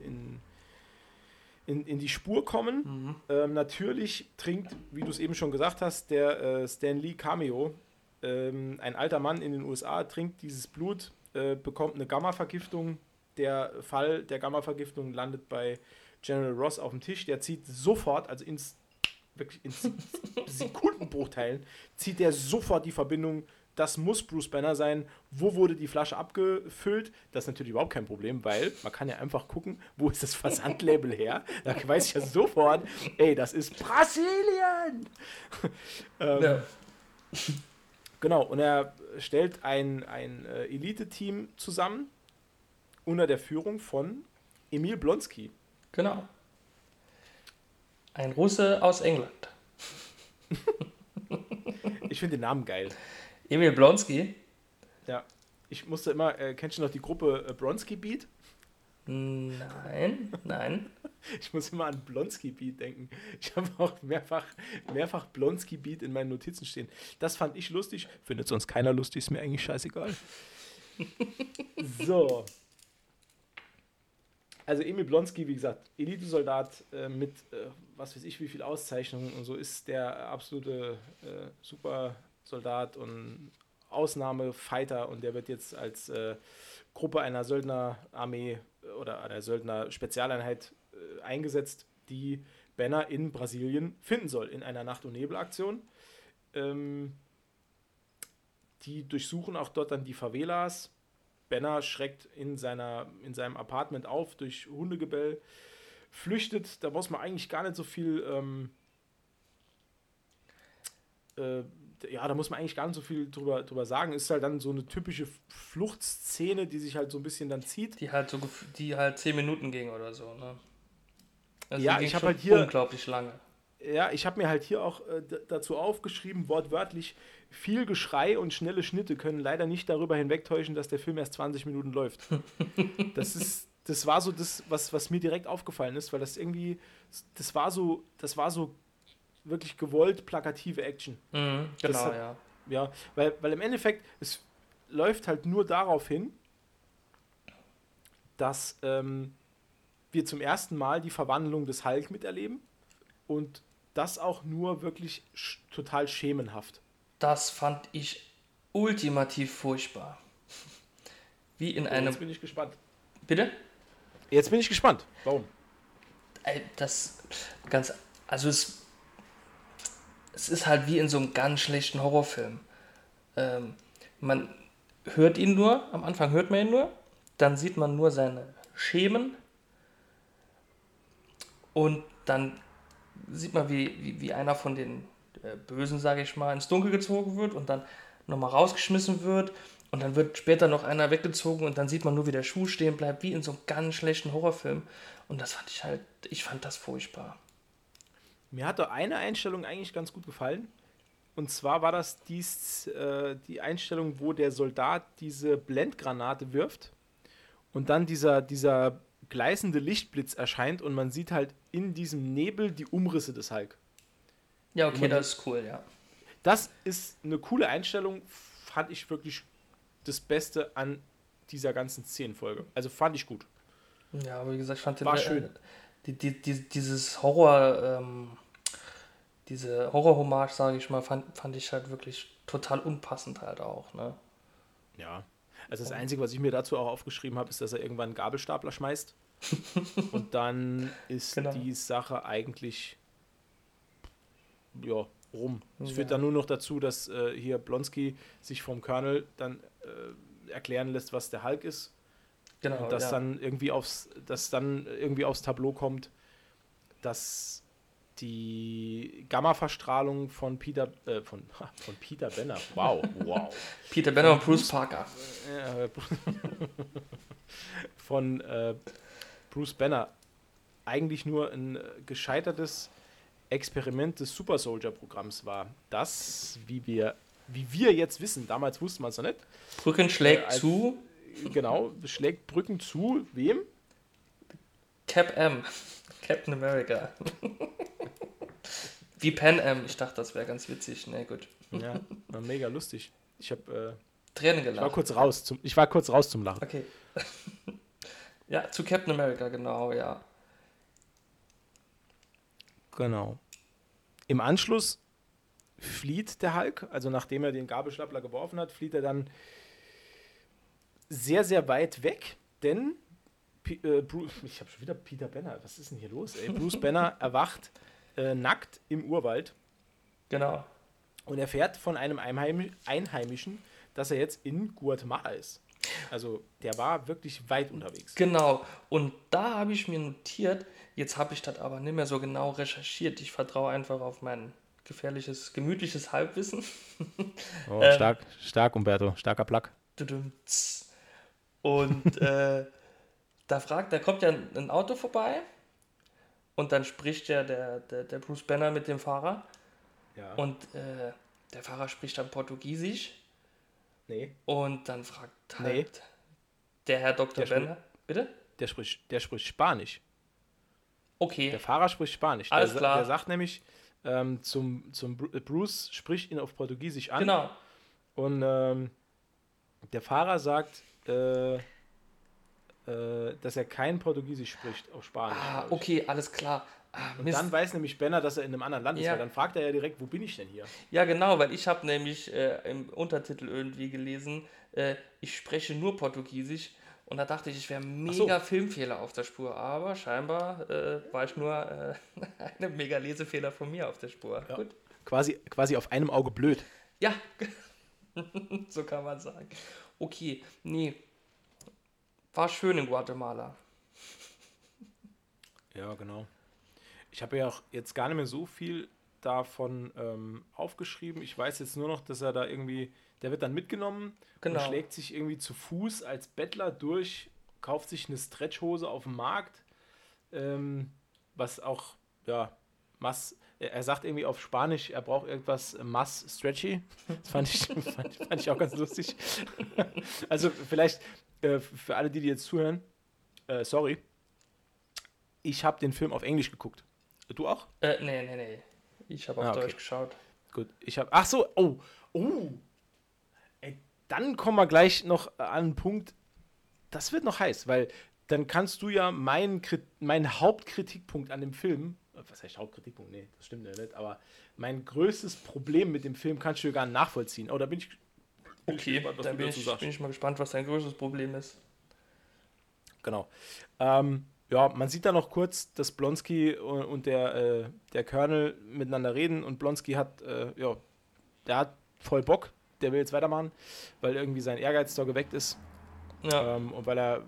in die Spur kommen. Natürlich trinkt, wie du es eben schon gesagt hast, der Stan Lee Cameo, ein alter Mann in den USA, trinkt dieses Blut, bekommt eine Gamma-Vergiftung. Der Fall der Gamma-Vergiftung landet bei General Ross auf dem Tisch. Der zieht sofort, also wirklich in Sekundenbruchteilen, zieht der sofort die Verbindung. Das muss Bruce Banner sein. Wo wurde die Flasche abgefüllt? Das ist natürlich überhaupt kein Problem, weil man kann ja einfach gucken, wo ist das Versandlabel her? Da weiß ich ja sofort, ey, das ist Brasilien! Ja. Genau, und er stellt ein Elite-Team zusammen unter der Führung von Emil Blonsky. Genau. Ein Russe aus England. Ich finde den Namen geil. Emil Blonsky? Ja. Ich musste immer, kennst du noch die Gruppe Bronski Beat? Nein. Ich muss immer an Blonsky Beat denken. Ich habe auch mehrfach Blonsky Beat in meinen Notizen stehen. Das fand ich lustig. Findet sonst keiner lustig, ist mir eigentlich scheißegal. So. Also Emil Blonsky, wie gesagt, Elitesoldat mit was weiß ich wie viel Auszeichnungen und so, ist der absolute Supersoldat und Ausnahmefighter, und der wird jetzt als Gruppe einer Söldnerarmee oder einer Söldner-Spezialeinheit eingesetzt, die Banner in Brasilien finden soll, in einer Nacht- und Nebelaktion. Die durchsuchen auch dort dann die Favelas. Banner schreckt in seinem Apartment auf durch Hundegebell, flüchtet. Da muss man eigentlich gar nicht so viel da muss man eigentlich gar nicht so viel drüber sagen. Ist halt dann so eine typische Fluchtszene, die sich halt so ein bisschen dann zieht. Die halt 10 Minuten ging oder so, ne? Also Ja, die ging ich habe schon halt hier unglaublich lange. Ja, ich habe mir halt hier auch dazu aufgeschrieben, wortwörtlich: viel Geschrei und schnelle Schnitte können leider nicht darüber hinwegtäuschen, dass der Film erst 20 Minuten läuft. Das war so das, was mir direkt aufgefallen ist, weil das war so wirklich gewollt plakative Action. Genau, ja. Ja, weil im Endeffekt, es läuft halt nur darauf hin, dass wir zum ersten Mal die Verwandlung des Hulk miterleben, und das auch nur wirklich total schemenhaft. Das fand ich ultimativ furchtbar. Wie in einem... Jetzt bin ich gespannt. Bitte? Jetzt bin ich gespannt. Warum? Also es ist halt wie in so einem ganz schlechten Horrorfilm. Man hört ihn nur, am Anfang hört man ihn nur, dann sieht man nur seine Schemen und dann sieht man, wie einer von den Bösen, sage ich mal, ins Dunkel gezogen wird und dann nochmal rausgeschmissen wird, und dann wird später noch einer weggezogen und dann sieht man nur, wie der Schuh stehen bleibt, wie in so einem ganz schlechten Horrorfilm, und das ich fand das furchtbar. Mir hat doch eine Einstellung eigentlich ganz gut gefallen. Und zwar war das die Einstellung, wo der Soldat diese Blendgranate wirft und dann dieser gleißende Lichtblitz erscheint und man sieht halt in diesem Nebel die Umrisse des Hulk. Ja, okay, das ist cool, ja. Das ist eine coole Einstellung, fand ich wirklich das Beste an dieser ganzen Szenenfolge. Also fand ich gut. Ja, aber wie gesagt, ich fand War schön. dieses Horror, diese Horror-Hommage, sage ich mal, fand ich halt wirklich total unpassend halt auch, ne? Ja. Also das Einzige, was ich mir dazu auch aufgeschrieben habe, ist, dass er irgendwann einen Gabelstapler schmeißt. Und dann ist Genau. die Sache eigentlich rum. Es Ja. führt dann nur noch dazu, dass hier Blonsky sich vom Colonel dann erklären lässt, was der Hulk ist. Genau, Und dass dann irgendwie aufs Tableau kommt, dass die Gamma-Verstrahlung von Peter Banner. Wow. Peter Banner und Bruce Parker. Von Bruce Banner eigentlich nur ein gescheitertes Experiment des Super Soldier-Programms war. Das, wie wir jetzt wissen, damals wusste man es noch nicht. Brücken schlägt zu. Genau, schlägt Brücken zu. Wem? Cap M. Captain America. Wie Pan Am. Ich dachte, das wäre ganz witzig. Na gut. Ja, war mega lustig. Ich habe Tränen gelacht. Ich war kurz raus zum Lachen. Okay. Ja, zu Captain America, genau, ja. Genau. Im Anschluss flieht der Hulk, also nachdem er den Gabelstapler geworfen hat, flieht er dann sehr, sehr weit weg, denn ich habe schon wieder Peter Banner, was ist denn hier los? Bruce Banner erwacht nackt im Urwald. Genau. Und erfährt von einem Einheimischen, dass er jetzt in Guatemala ist. Also der war wirklich weit unterwegs. Genau. Und da habe ich mir notiert, jetzt habe ich das aber nicht mehr so genau recherchiert. Ich vertraue einfach auf mein gefährliches, gemütliches Halbwissen. Oh, stark, Umberto. Starker Plug. Und da kommt ja ein Auto vorbei und dann spricht ja der Bruce Banner mit dem Fahrer. Ja. Und der Fahrer spricht dann Portugiesisch. Nee. Und dann fragt halt der Herr Dr. Banner. Bitte? Der spricht Spanisch. Okay. Der Fahrer spricht Spanisch. Alles klar. Der sagt nämlich zum Bruce, spricht ihn auf Portugiesisch an. Genau. Und der Fahrer sagt, dass er kein Portugiesisch spricht, auf Spanisch. Okay, alles klar. Und dann weiß nämlich Banner, dass er in einem anderen Land ist, weil dann fragt er ja direkt, wo bin ich denn hier? Ja, genau, weil ich habe nämlich im Untertitel irgendwie gelesen, ich spreche nur Portugiesisch und da dachte ich wäre mega Filmfehler auf der Spur, aber scheinbar war ich nur eine mega Lesefehler von mir auf der Spur. Ja. Gut. Quasi auf einem Auge blöd. Ja, so kann man sagen. Okay, nee, war schön in Guatemala. Ja, genau. Ich habe ja auch jetzt gar nicht mehr so viel davon aufgeschrieben. Ich weiß jetzt nur noch, dass er da irgendwie, der wird dann mitgenommen und schlägt sich irgendwie zu Fuß als Bettler durch, kauft sich eine Stretchhose auf dem Markt, was auch, ja, er sagt irgendwie auf Spanisch, er braucht irgendwas más stretchy. Das fand ich auch ganz lustig. Also vielleicht für alle, die jetzt zuhören, sorry, ich habe den Film auf Englisch geguckt. Du auch? Nee. Ich habe auf Deutsch geschaut. Gut, ach so, Ey, dann kommen wir gleich noch an einen Punkt, das wird noch heiß, weil dann kannst du ja meinen Hauptkritikpunkt an dem Film, was heißt Hauptkritikpunkt? Nee, das stimmt ja nicht, aber mein größtes Problem mit dem Film kannst du ja gar nicht nachvollziehen. Oh, da bin ich gespannt, was bin ich mal gespannt, was dein größtes Problem ist. Genau. Ja, man sieht da noch kurz, dass Blonsky und der Colonel miteinander reden und Blonsky hat, der hat voll Bock, der will jetzt weitermachen, weil irgendwie sein Ehrgeiz da geweckt ist. Ja. Und weil er,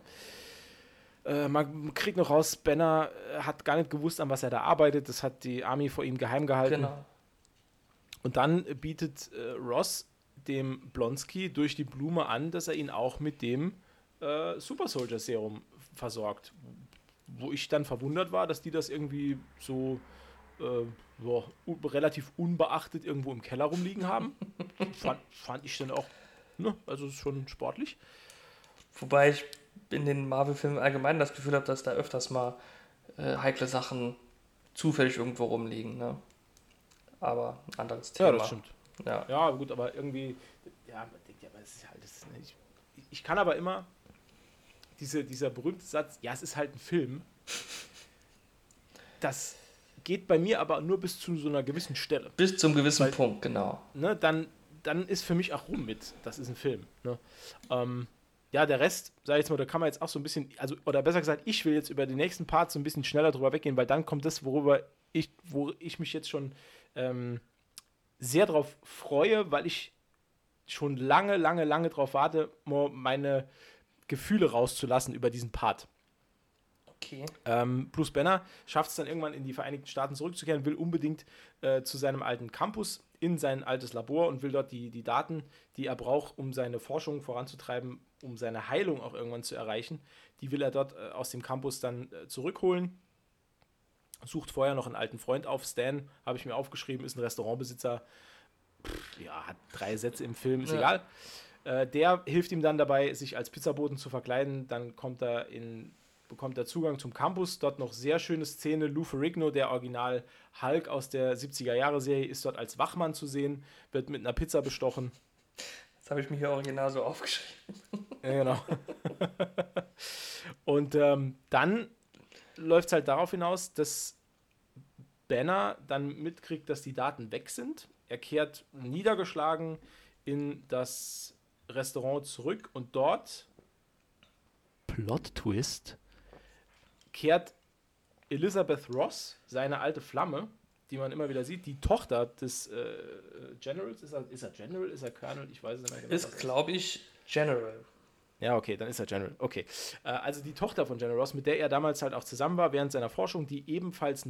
man kriegt noch raus, Banner hat gar nicht gewusst, an was er da arbeitet, das hat die Army vor ihm geheim gehalten. Genau. Und dann bietet Ross dem Blonsky durch die Blume an, dass er ihn auch mit dem Super Soldier Serum versorgt. Wo ich dann verwundert war, dass die das irgendwie so relativ unbeachtet irgendwo im Keller rumliegen haben. Fand ich dann auch, ne? Also ist schon sportlich. Wobei ich in den Marvel-Filmen allgemein das Gefühl habe, dass da öfters mal heikle Sachen zufällig irgendwo rumliegen. Ne? Aber ein anderes Thema. Ja, das stimmt. Ja, gut, aber irgendwie, ja, man denkt ja, aber es ist halt, ich kann aber immer dieser berühmte Satz, ja, es ist halt ein Film, das geht bei mir aber nur bis zu so einer gewissen Stelle. Bis zum gewissen Punkt, genau. Ne, dann ist für mich auch rum mit, das ist ein Film. Ne? Ja, der Rest, sag ich jetzt mal, da kann man jetzt auch so ein bisschen, also, oder besser gesagt, ich will jetzt über die nächsten Parts so ein bisschen schneller drüber weggehen, weil dann kommt das, wo ich mich jetzt schon sehr drauf freue, weil ich schon lange drauf warte, meine Gefühle rauszulassen über diesen Part. Okay. Bruce Banner schafft es dann irgendwann in die Vereinigten Staaten zurückzukehren, will unbedingt zu seinem alten Campus in sein altes Labor und will dort die Daten, die er braucht, um seine Forschung voranzutreiben, um seine Heilung auch irgendwann zu erreichen, die will er dort aus dem Campus dann zurückholen. Sucht vorher noch einen alten Freund auf. Stan, habe ich mir aufgeschrieben, ist ein Restaurantbesitzer. Hat 3 Sätze im Film, ist egal. Der hilft ihm dann dabei, sich als Pizzaboten zu verkleiden. Dann bekommt er Zugang zum Campus. Dort noch sehr schöne Szene. Lou Ferrigno, der Original Hulk aus der 70er-Jahre-Serie, ist dort als Wachmann zu sehen, wird mit einer Pizza bestochen. Das habe ich mir hier original so aufgeschrieben. Ja, genau. Und dann läuft es halt darauf hinaus, dass Banner dann mitkriegt, dass die Daten weg sind. Er kehrt niedergeschlagen in das Restaurant zurück und dort, Plot-Twist, kehrt Elizabeth Ross, seine alte Flamme, die man immer wieder sieht, die Tochter des Generals, ist er General, ist er Colonel, ich weiß es nicht mehr genau. Ist, glaube ich, General. Ja, okay, dann ist er General. Okay. Also die Tochter von General Ross, mit der er damals halt auch zusammen war während seiner Forschung, die ebenfalls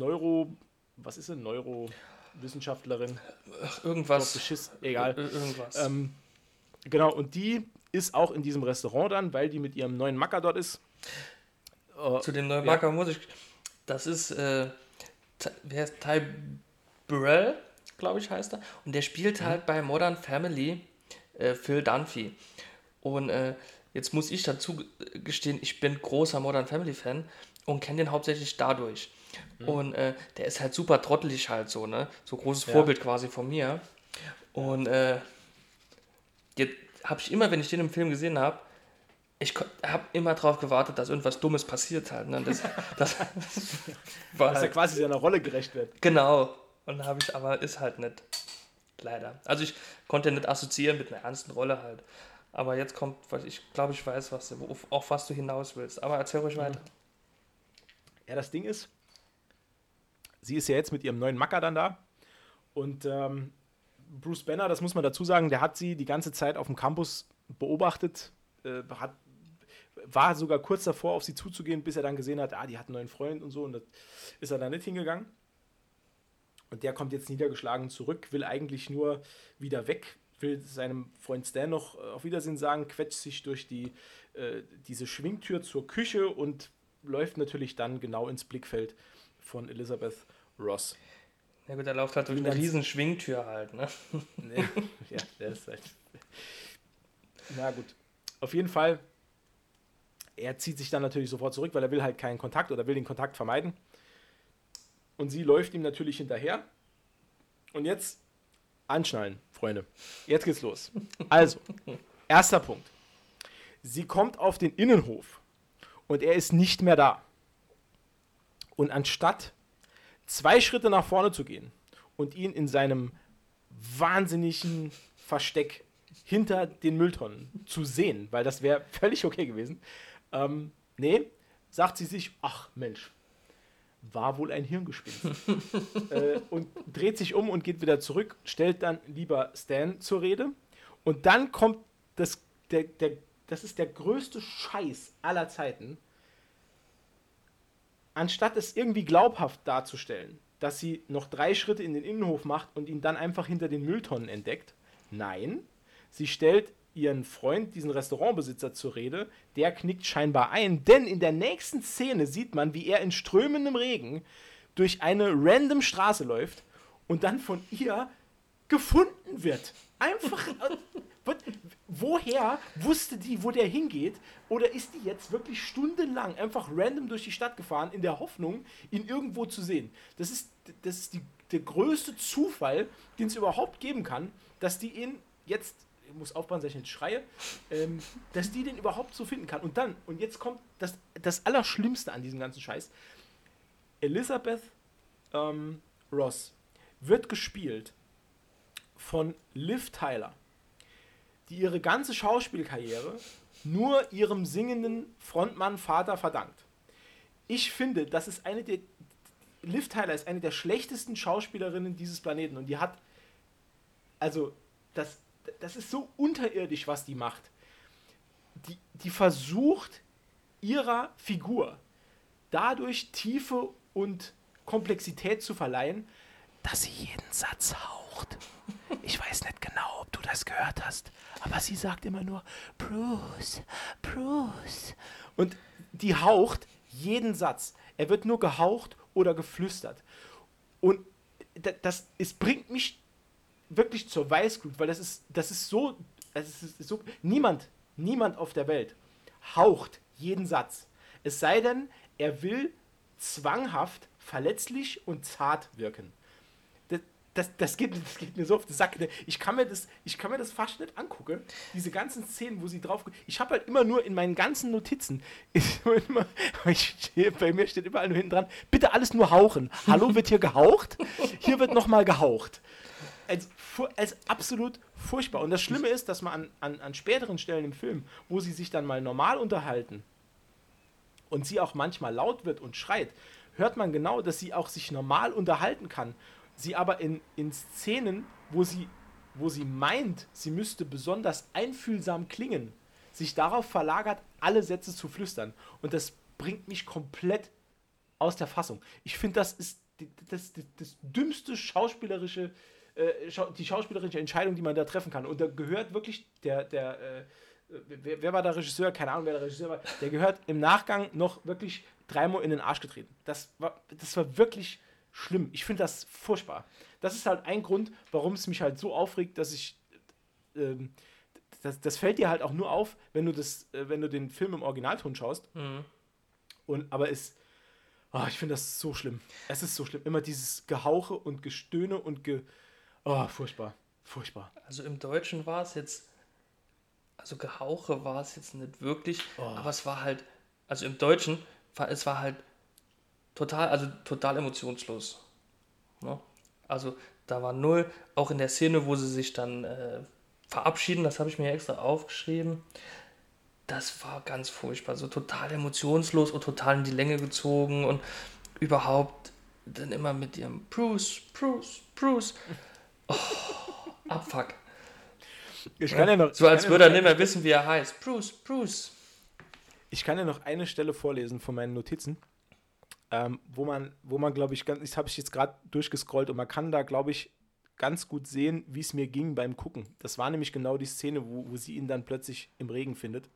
Neurowissenschaftlerin. Irgendwas. Egal. Irgendwas. Genau, und die ist auch in diesem Restaurant dann, weil die mit ihrem neuen Macker dort ist. Zu dem neuen Macker muss ich. Das ist, wer ist Ty Burrell, glaube ich, heißt er. Und der spielt halt bei Modern Family Phil Dunphy. Und jetzt muss ich dazu gestehen, ich bin großer Modern Family Fan und kenne den hauptsächlich dadurch. Und der ist halt super trottelig halt so, ne? So großes Vorbild quasi von mir. Und jetzt habe ich immer, wenn ich den im Film gesehen habe, ich habe immer drauf gewartet, dass irgendwas Dummes passiert halt. Ne? Das war dass er quasi seiner Rolle gerecht wird. Genau. Und habe ich, aber ist halt nicht. Leider. Also ich konnte nicht assoziieren mit einer ernsten Rolle halt. Aber jetzt kommt, ich glaube, ich weiß, auf was du hinaus willst. Aber erzähl ruhig weiter. Ja, das Ding ist, sie ist ja jetzt mit ihrem neuen Macker dann da. Und Bruce Banner, das muss man dazu sagen, der hat sie die ganze Zeit auf dem Campus beobachtet, war sogar kurz davor, auf sie zuzugehen, bis er dann gesehen hat, die hat einen neuen Freund und so. Und das ist er dann nicht hingegangen. Und der kommt jetzt niedergeschlagen zurück, will eigentlich nur wieder weg, will seinem Freund Stan noch auf Wiedersehen sagen, quetscht sich durch diese Schwingtür zur Küche und läuft natürlich dann genau ins Blickfeld von Elizabeth Ross. Ja gut, der läuft halt durch eine riesen Schwingtür halt, ne? Ja, der ist halt... Na gut. Auf jeden Fall, er zieht sich dann natürlich sofort zurück, weil er will halt keinen Kontakt oder will den Kontakt vermeiden. Und sie läuft ihm natürlich hinterher. Und jetzt anschnallen, Freunde. Jetzt geht's los. Also, erster Punkt. Sie kommt auf den Innenhof und er ist nicht mehr da. Und anstatt 2 Schritte nach vorne zu gehen und ihn in seinem wahnsinnigen Versteck hinter den Mülltonnen zu sehen, weil das wäre völlig okay gewesen, sagt sie sich, ach Mensch, war wohl ein Hirngespinst. Und dreht sich um und geht wieder zurück, stellt dann lieber Stan zur Rede. Und dann kommt das ist der größte Scheiß aller Zeiten. Anstatt es irgendwie glaubhaft darzustellen, dass sie noch 3 Schritte in den Innenhof macht und ihn dann einfach hinter den Mülltonnen entdeckt, nein, sie stellt ihren Freund, diesen Restaurantbesitzer, zur Rede, der knickt scheinbar ein, denn in der nächsten Szene sieht man, wie er in strömendem Regen durch eine random Straße läuft und dann von ihr gefunden wird. Einfach, woher wusste die, wo der hingeht? Oder ist die jetzt wirklich stundenlang einfach random durch die Stadt gefahren, in der Hoffnung, ihn irgendwo zu sehen? Das ist der größte Zufall, den es überhaupt geben kann, dass die ihn jetzt, ich muss aufpassen, dass ich nicht schreie, dass die den überhaupt so finden kann. Und jetzt kommt das Allerschlimmste an diesem ganzen Scheiß. Elizabeth Ross wird gespielt von Liv Tyler, die ihre ganze Schauspielkarriere nur ihrem singenden Frontmann-Vater verdankt. Ich finde, Liv Tyler ist eine der schlechtesten Schauspielerinnen dieses Planeten und die hat, also, das ist so unterirdisch, was die macht. Die versucht, ihrer Figur dadurch Tiefe und Komplexität zu verleihen, dass sie jeden Satz haucht. Ich weiß nicht genau, ob du das gehört hast, aber sie sagt immer nur Bruce, Bruce. Und die haucht jeden Satz. Er wird nur gehaucht oder geflüstert. Und es bringt mich wirklich zur Weißglut, weil das ist so, niemand auf der Welt haucht jeden Satz. Es sei denn, er will zwanghaft, verletzlich und zart wirken. Das geht mir so auf den Sack. Ich kann mir das fast nicht angucken. Diese ganzen Szenen, wo sie drauf... Ich habe halt immer nur in meinen ganzen Notizen... bei mir steht überall nur hinten dran, bitte alles nur hauchen. Hallo, wird hier gehaucht? Hier wird nochmal gehaucht. Als absolut furchtbar. Und das Schlimme ist, dass man an späteren Stellen im Film, wo sie sich dann mal normal unterhalten und sie auch manchmal laut wird und schreit, hört man genau, dass sie auch sich normal unterhalten kann. Sie aber in Szenen, wo sie meint, sie müsste besonders einfühlsam klingen, sich darauf verlagert, alle Sätze zu flüstern. Und das bringt mich komplett aus der Fassung. Ich finde, das ist das dümmste schauspielerische Entscheidung, die man da treffen kann. Und da gehört wirklich wer war der Regisseur? Keine Ahnung, wer der Regisseur war. Der gehört im Nachgang noch wirklich dreimal in den Arsch getreten. Das war wirklich schlimm. Ich finde das furchtbar. Das ist halt ein Grund, warum es mich halt so aufregt, dass ich das fällt dir halt auch nur auf, wenn du den Film im Originalton schaust. Mhm. Aber ich finde das so schlimm. Es ist so schlimm. Immer dieses Gehauche und Gestöhne und furchtbar. Furchtbar. Also im Deutschen war es jetzt, also Gehauche war es jetzt nicht wirklich, aber es war halt, also im Deutschen, es war halt total emotionslos. Ne? Also da war null, auch in der Szene, wo sie sich dann verabschieden, das habe ich mir extra aufgeschrieben, das war ganz furchtbar, so total emotionslos und total in die Länge gezogen und überhaupt dann immer mit ihrem Bruce, Bruce, Bruce. Oh, Abfuck. So als würde er nicht mehr wissen, wie er heißt. Bruce, Bruce. Ich kann ja noch eine Stelle vorlesen von meinen Notizen. Wo man, glaube ich, das habe ich jetzt gerade durchgescrollt und man kann da, glaube ich, ganz gut sehen, wie es mir ging beim Gucken. Das war nämlich genau die Szene, wo sie ihn dann plötzlich im Regen findet.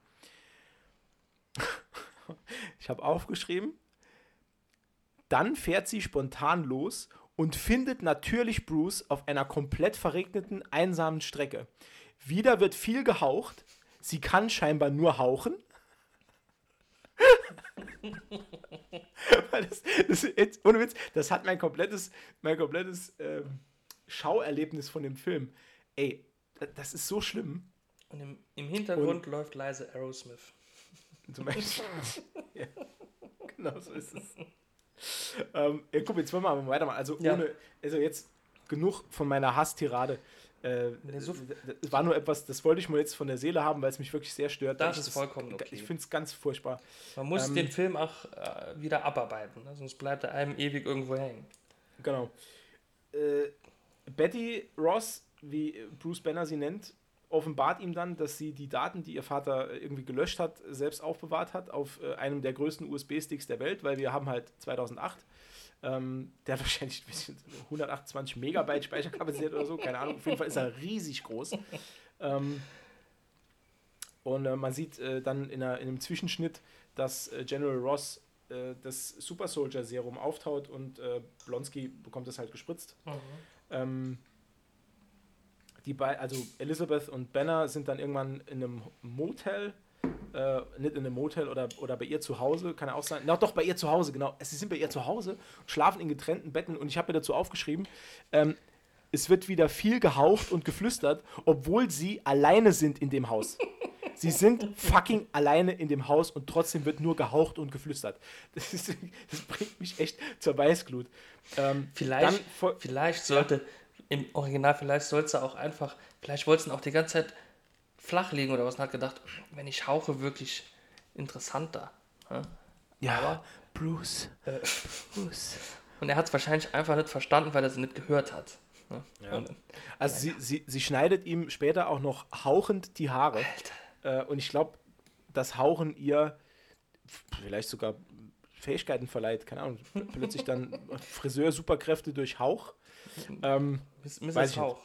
Ich habe aufgeschrieben, dann fährt sie spontan los und findet natürlich Bruce auf einer komplett verregneten, einsamen Strecke. Wieder wird viel gehaucht, sie kann scheinbar nur hauchen. Ohne Witz, das hat mein komplettes Schauerlebnis von dem Film. Ey, das ist so schlimm. Und im Hintergrund läuft leise Aerosmith. Zum Beispiel. Ja, genau so ist es. Guck, jetzt wollen wir aber weitermachen. Also jetzt genug von meiner Hasstirade. Das war nur etwas, das wollte ich mal jetzt von der Seele haben, weil es mich wirklich sehr stört. Das ist vollkommen okay. Ich finde es ganz furchtbar. Man muss den Film auch wieder abarbeiten, ne? Sonst bleibt er einem ewig irgendwo hängen. Genau. Betty Ross, wie Bruce Banner sie nennt, offenbart ihm dann, dass sie die Daten, die ihr Vater irgendwie gelöscht hat, selbst aufbewahrt hat auf einem der größten USB-Sticks der Welt, weil wir haben halt 2008 der hat wahrscheinlich 128 Megabyte Speicherkapazität oder so, keine Ahnung, auf jeden Fall ist er riesig groß. Und man sieht dann in einem Zwischenschnitt, dass General Ross das Super Soldier Serum auftaut und Blonsky bekommt das halt gespritzt. Mhm. Also Elizabeth und Banner sind dann irgendwann in einem Motel, nicht in einem Motel oder bei ihr zu Hause, kann ja auch sein. Doch, bei ihr zu Hause, genau. Sie sind bei ihr zu Hause, schlafen in getrennten Betten und ich habe mir dazu aufgeschrieben, es wird wieder viel gehaucht und geflüstert, obwohl sie alleine sind in dem Haus. Sie sind fucking alleine in dem Haus und trotzdem wird nur gehaucht und geflüstert. Das bringt mich echt zur Weißglut. Vielleicht sollte, im Original, vielleicht wollte es auch die ganze Zeit flach liegen oder was und hat gedacht, wenn ich hauche, wirklich interessanter. Ja, aber Bruce. Und er hat es wahrscheinlich einfach nicht verstanden, weil er es nicht gehört hat. Ja. Also sie schneidet ihm später auch noch hauchend die Haare. Alter. Und ich glaube, das Hauchen ihr vielleicht sogar Fähigkeiten verleiht. Keine Ahnung, plötzlich dann Friseur-Superkräfte durch Hauch. Weiß Mrs. ich Hauch.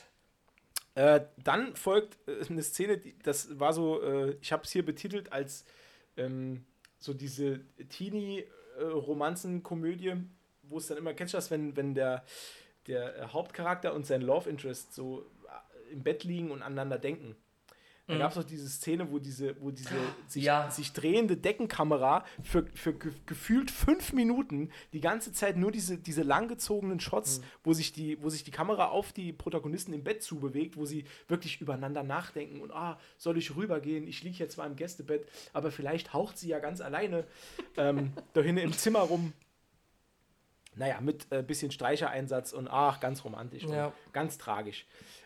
Dann folgt eine Szene, das war so, ich habe es hier betitelt als so diese Teenie-Romanzen-Komödie, wo es dann immer, kennst du das, wenn der Hauptcharakter und sein Love Interest so im Bett liegen und aneinander denken. Da gab es auch diese Szene, wo diese sich drehende Deckenkamera für gefühlt 5 Minuten die ganze Zeit nur diese langgezogenen Shots, wo sich die Kamera auf die Protagonisten im Bett zubewegt, wo sie wirklich übereinander nachdenken und soll ich rübergehen? Ich liege jetzt zwar im Gästebett, aber vielleicht haucht sie ja ganz alleine da hinten im Zimmer rum. Naja, mit ein bisschen Streichereinsatz und ganz romantisch und ganz tragisch.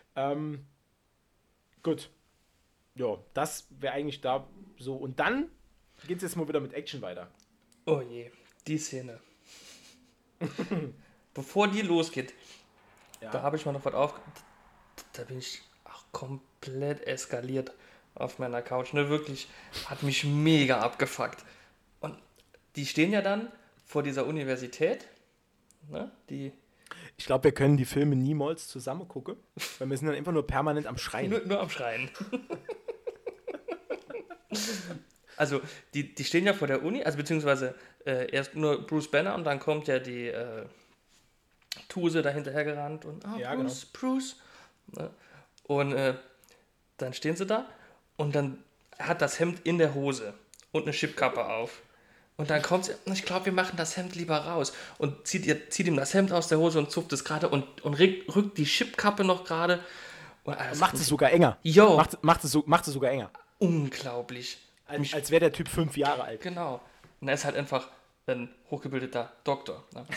Gut. Ja, das wäre eigentlich da so. Und dann geht es jetzt mal wieder mit Action weiter. Oh je, die Szene. Bevor die losgeht, da habe ich mal noch was da bin ich auch komplett eskaliert auf meiner Couch. Ne, wirklich, hat mich mega abgefuckt. Und die stehen ja dann vor dieser Universität. Ne, ich glaube, wir können die Filme niemals zusammen gucken, weil wir sind dann einfach nur permanent am Schreien. Nur am Schreien. Also, die stehen ja vor der Uni, also beziehungsweise erst nur Bruce Banner und dann kommt ja die Tuse da hinterhergerannt und Bruce, genau. Bruce. Ne? Und dann stehen sie da und dann hat das Hemd in der Hose und eine Chipkappe auf. Und dann kommt sie, ich glaube, wir machen das Hemd lieber raus. Und zieht ihm das Hemd aus der Hose und zupft es gerade und rückt die Chipkappe noch gerade. Macht es sogar enger. Jo. Macht es sogar enger. Unglaublich. Als wäre der Typ 5 Jahre alt. Genau. Und er ist halt einfach ein hochgebildeter Doktor. Ne?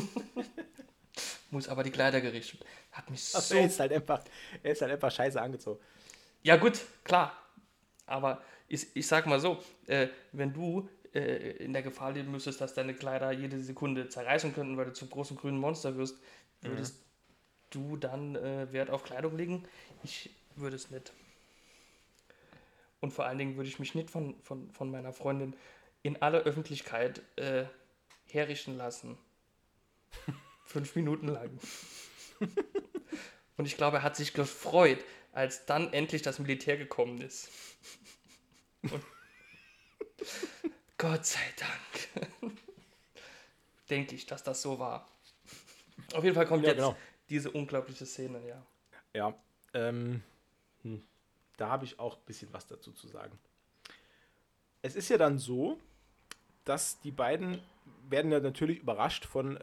Muss aber die Kleider gerichtet. Hat mich so... Er ist halt einfach scheiße angezogen. Ja gut, klar. Aber ich sag mal so, wenn du in der Gefahr leben müsstest, dass deine Kleider jede Sekunde zerreißen könnten, weil du zum großen grünen Monster wirst, würdest du dann Wert auf Kleidung legen? Ich würde es nicht. Und vor allen Dingen würde ich mich nicht von meiner Freundin in aller Öffentlichkeit herrichten lassen. 5 Minuten lang. Und ich glaube, er hat sich gefreut, als dann endlich das Militär gekommen ist. Und Gott sei Dank. Denke ich, dass das so war. Auf jeden Fall kommt jetzt diese unglaubliche Szene, ja. Ja, da habe ich auch ein bisschen was dazu zu sagen. Es ist ja dann so, dass die beiden werden ja natürlich überrascht von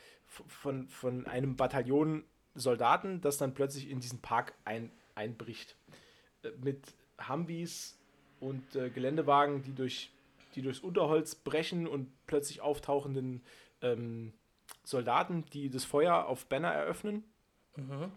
einem Bataillon Soldaten, das dann plötzlich in diesen Park einbricht. Mit Humvees und Geländewagen, die durchs Unterholz brechen und plötzlich auftauchenden Soldaten, die das Feuer auf Banner eröffnen. Mhm.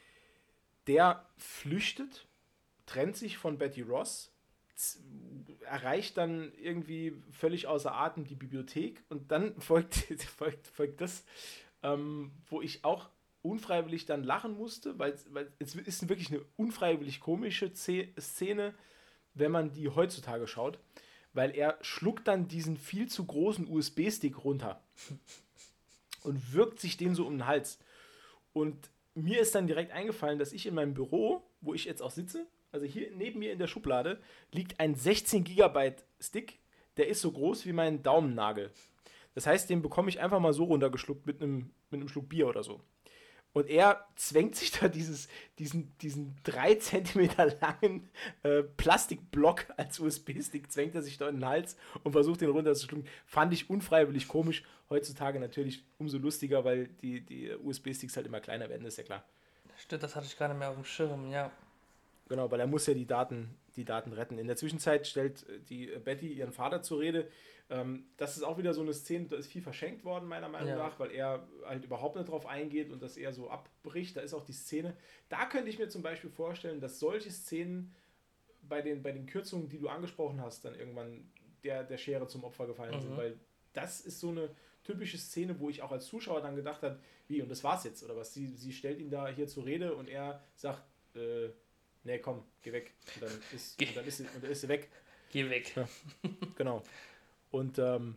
Der flüchtet, trennt sich von Betty Ross, erreicht dann irgendwie völlig außer Atem die Bibliothek und dann folgt das, wo ich auch unfreiwillig dann lachen musste, weil es ist wirklich eine unfreiwillig komische Szene, wenn man die heutzutage schaut, weil er schluckt dann diesen viel zu großen USB-Stick runter und wirkt sich den so um den Hals. Und mir ist dann direkt eingefallen, dass ich in meinem Büro, wo ich jetzt auch sitze, also hier neben mir in der Schublade, liegt ein 16 GB Stick, der ist so groß wie mein Daumennagel. Das heißt, den bekomme ich einfach mal so runtergeschluckt mit einem Schluck Bier oder so. Und er zwängt sich da diesen 3 Zentimeter langen Plastikblock als USB-Stick, zwängt er sich da in den Hals und versucht den runterzuschlucken. Fand ich unfreiwillig komisch. Heutzutage natürlich umso lustiger, weil die USB-Sticks halt immer kleiner werden, ist ja klar. Stimmt, das hatte ich gar nicht mehr auf dem Schirm, ja. Genau, weil er muss ja die Daten retten. In der Zwischenzeit stellt die Betty ihren Vater zur Rede. Das ist auch wieder so eine Szene, da ist viel verschenkt worden, meiner Meinung nach, weil er halt überhaupt nicht drauf eingeht und das eher so abbricht. Da ist auch die Szene. Da könnte ich mir zum Beispiel vorstellen, dass solche Szenen bei den Kürzungen, die du angesprochen hast, dann irgendwann der Schere zum Opfer gefallen sind, weil das ist so eine typische Szene, wo ich auch als Zuschauer dann gedacht habe, wie, und das war's jetzt, oder was? Sie stellt ihn da hier zur Rede und er sagt, nee, komm, geh weg. Und dann ist sie weg. Geh weg. Ja, genau. Und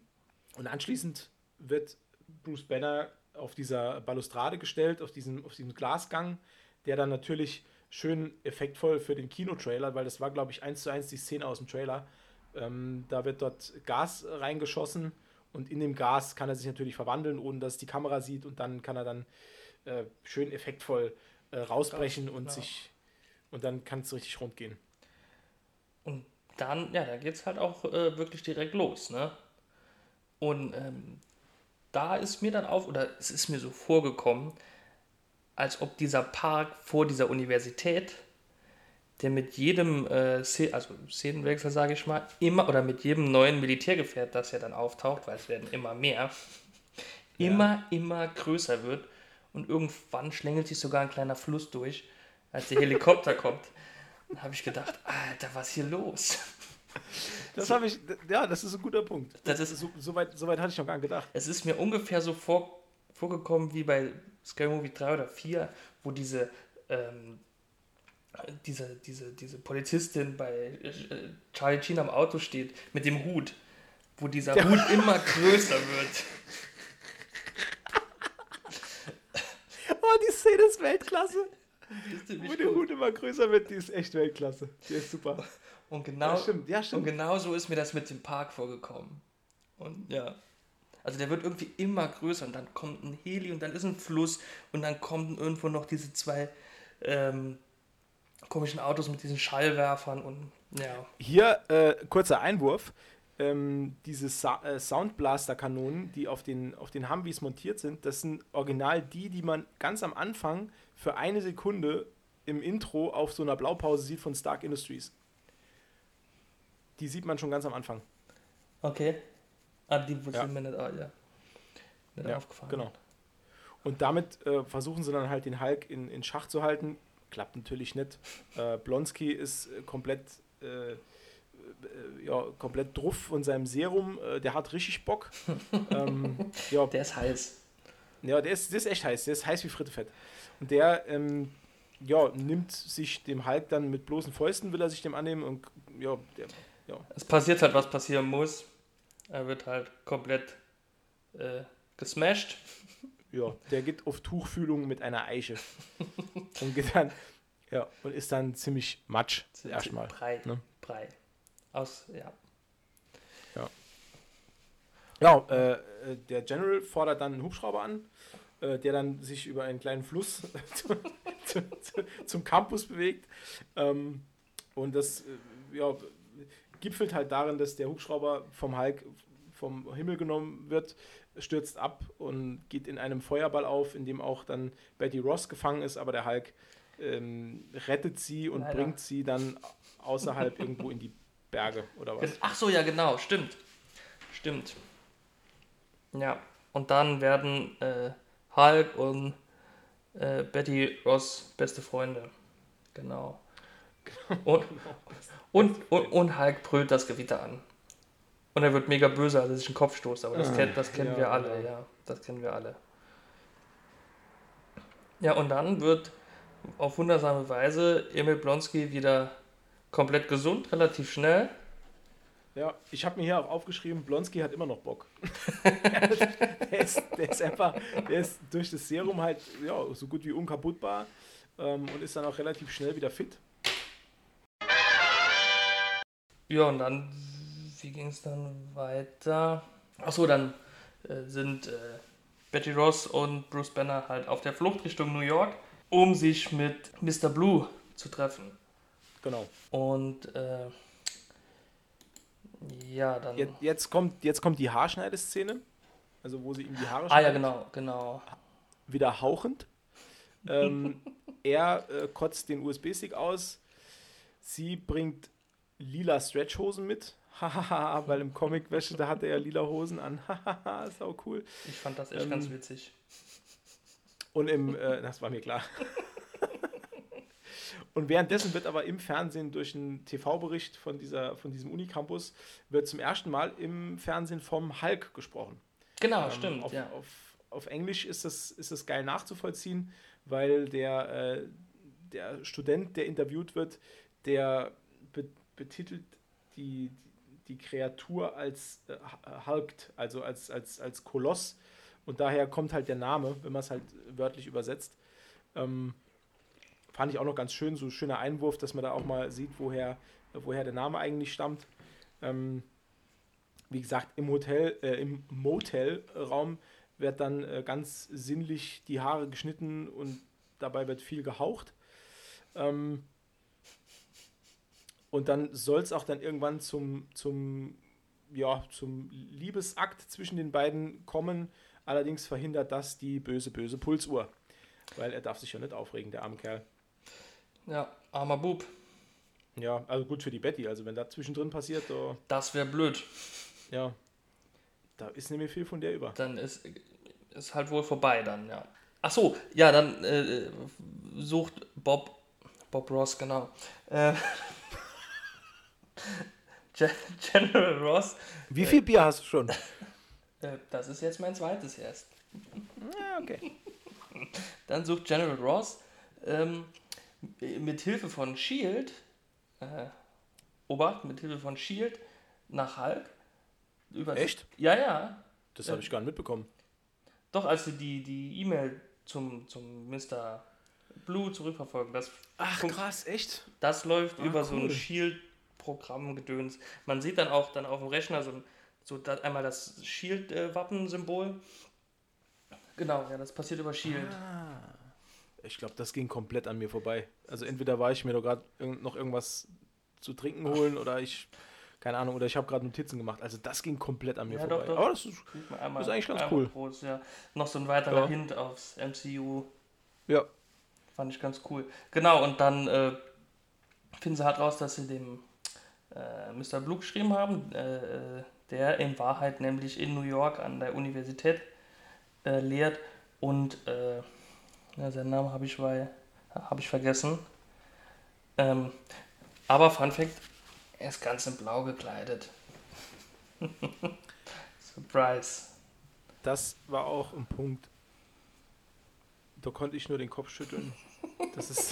Und anschließend wird Bruce Banner auf dieser Balustrade gestellt, auf diesem Glasgang, der dann natürlich schön effektvoll für den Kinotrailer, weil das war, glaube ich, 1:1 die Szene aus dem Trailer. Da wird dort Gas reingeschossen und in dem Gas kann er sich natürlich verwandeln, ohne dass die Kamera sieht, und dann kann er dann schön effektvoll rausbrechen und Genau. und dann kann es richtig rund gehen. Und dann, ja, da geht es halt auch wirklich direkt los, ne? Und da ist mir dann oder es ist mir so vorgekommen, als ob dieser Park vor dieser Universität, der mit jedem also Szenenwechsel, sage ich mal, immer, oder mit jedem neuen Militärgefährt, das ja dann auftaucht, weil es werden immer mehr, Ja. immer größer wird. Und irgendwann schlängelt sich sogar ein kleiner Fluss durch, als der Helikopter kommt. Dann habe ich gedacht, Alter, was ist hier los? Das habe ich, ja, das ist ein guter Punkt. Das ist, So weit hatte ich noch gar nicht gedacht. es ist mir ungefähr so vorgekommen wie bei Scary Movie 3 oder 4, wo ähm, diese Polizistin bei Charlie Sheen am Auto steht mit dem Hut, wo dieser Hut immer größer wird. Oh, die Szene ist Weltklasse. Die ist Wo ziemlich der gut. Hut immer größer wird, die ist echt Weltklasse. Die ist super. Und Ja, genau, stimmt. Ja, und stimmt. genau so ist mir das mit dem Park vorgekommen. Und ja. Also der wird irgendwie immer größer und dann kommt ein Heli und dann ist ein Fluss und dann kommen irgendwo noch diese zwei komischen Autos mit diesen Schallwerfern und ja. Hier kurzer Einwurf. Diese Soundblaster-Kanonen, die auf den Humvees montiert sind, das sind original die man ganz am Anfang für 1 Sekunde im Intro auf so einer Blaupause sieht von Stark Industries. Die sieht man schon ganz am Anfang. Okay. Die Ja. sind mir nicht Ja, aufgefallen. genau. Und damit versuchen sie dann halt den Hulk in Schach zu halten. Klappt natürlich nicht. Blonsky ist komplett druff von seinem Serum. Der hat richtig Bock. Ja, Der ist heiß. ja, der ist echt heiß. Der ist heiß wie Frittefett. Und der ja, nimmt sich dem Hulk dann mit bloßen Fäusten, will er sich dem annehmen. Und ja, Es passiert halt, was passieren muss. Er wird halt komplett gesmashed. ja, der geht auf Tuchfühlung mit einer Eiche. Und geht dann, ja, und ist dann ziemlich matsch erstmal. Brei. Ne? Brei. Ja. Ja, der General fordert dann einen Hubschrauber an, der dann sich über einen kleinen Fluss zum Campus bewegt. Und das ja, gipfelt halt darin, dass der Hubschrauber vom Hulk vom Himmel genommen wird, stürzt ab und geht in einem Feuerball auf, in dem auch dann Betty Ross gefangen ist, aber der Hulk rettet sie und Leider. bringt sie dann außerhalb irgendwo in die Berge oder was. Ach so, ja, genau. Stimmt. Stimmt. Ja. Und dann werden Hulk und Betty Ross beste Freunde. Genau. Und Hulk brüllt das Gewitter an. Und er wird mega böse, als er sich den Kopf stoßt. Aber das kennen ja, wir alle, genau. ja. Das kennen wir alle. Ja, und dann wird auf wundersame Weise Emil Blonsky wieder komplett gesund, relativ schnell. Ja, ich habe mir hier auch aufgeschrieben, Blonsky hat immer noch Bock. Der ist durch das Serum halt ja, so gut wie unkaputtbar und ist dann auch relativ schnell wieder fit. Ja, und dann, wie ging es dann weiter? Achso, dann sind Betty Ross und Bruce Banner halt auf der Flucht Richtung New York, um sich mit Mr. Blue zu treffen. Genau. Und ja, dann. Jetzt kommt die Haarschneideszene, also wo sie ihm die Haare Ah ja, schneidet. genau. Wieder hauchend. Er kotzt den USB-Stick aus. Sie bringt lila Stretchhosen mit. Hahaha, weil im Comic Wäsche, da hat er ja lila Hosen an. Hahaha, ist auch cool. Ich fand das echt ganz witzig. Und das war mir klar. Und währenddessen wird aber im Fernsehen durch einen TV-Bericht von diesem Unicampus wird zum ersten Mal im Fernsehen vom Hulk gesprochen. Genau, stimmt, Auf, ja. auf Englisch ist das geil nachzuvollziehen, weil der Student, der interviewt wird, der betitelt die die Kreatur als hulkt, also als Koloss. Und daher kommt halt der Name, wenn man es halt wörtlich übersetzt. Fand ich auch noch ganz schön, so ein schöner Einwurf, dass man da auch mal sieht, woher der Name eigentlich stammt. Wie gesagt, im Motelraum wird dann ganz sinnlich die Haare geschnitten und dabei wird viel gehaucht. Und dann soll es auch dann irgendwann zum Liebesakt zwischen den beiden kommen. Allerdings verhindert das die böse, böse Pulsuhr. Weil er darf sich ja nicht aufregen, der arme Kerl. Ja, armer Bub. Ja, also gut für die Betty. Also wenn da zwischendrin passiert, Das wäre blöd. ja, da ist nicht mehr viel von der über. Dann ist halt wohl vorbei dann, ja. Ach so, ja, dann sucht Bob Ross, genau. General Ross. Wie viel Bier hast du schon? Das ist jetzt mein zweites erst. Ja, okay. Dann sucht General Ross mit Hilfe von S.H.I.E.L.D. Mit Hilfe von S.H.I.E.L.D. nach Hulk. Echt? Ja. Das habe ich gar nicht mitbekommen. Doch, als sie die E-Mail zum Mr. Blue zurückverfolgen. Ach, krass, echt? Das läuft über cool. so ein S.H.I.E.L.D.-Programm-Gedöns. Man sieht dann auch auf dem Rechner einmal das S.H.I.E.L.D.-Wappensymbol. Genau, ja, das passiert über S.H.I.E.L.D. Ich glaube, das ging komplett an mir vorbei. Also entweder war ich mir doch gerade noch irgendwas zu trinken holen oder keine Ahnung, oder ich habe gerade Notizen gemacht. Also das ging komplett an mir vorbei. Doch. Aber das ist eigentlich ganz cool. Groß, ja. Noch so ein weiterer Hint aufs MCU. Ja. Fand ich ganz cool. Genau, und dann finden sie halt raus, dass sie dem Mr. Blue geschrieben haben, der in Wahrheit nämlich in New York an der Universität lehrt und seinen Namen habe ich vergessen. Aber Fun Fact, er ist ganz in Blau gekleidet. Surprise. Das war auch ein Punkt. Da konnte ich nur den Kopf schütteln. Das ist.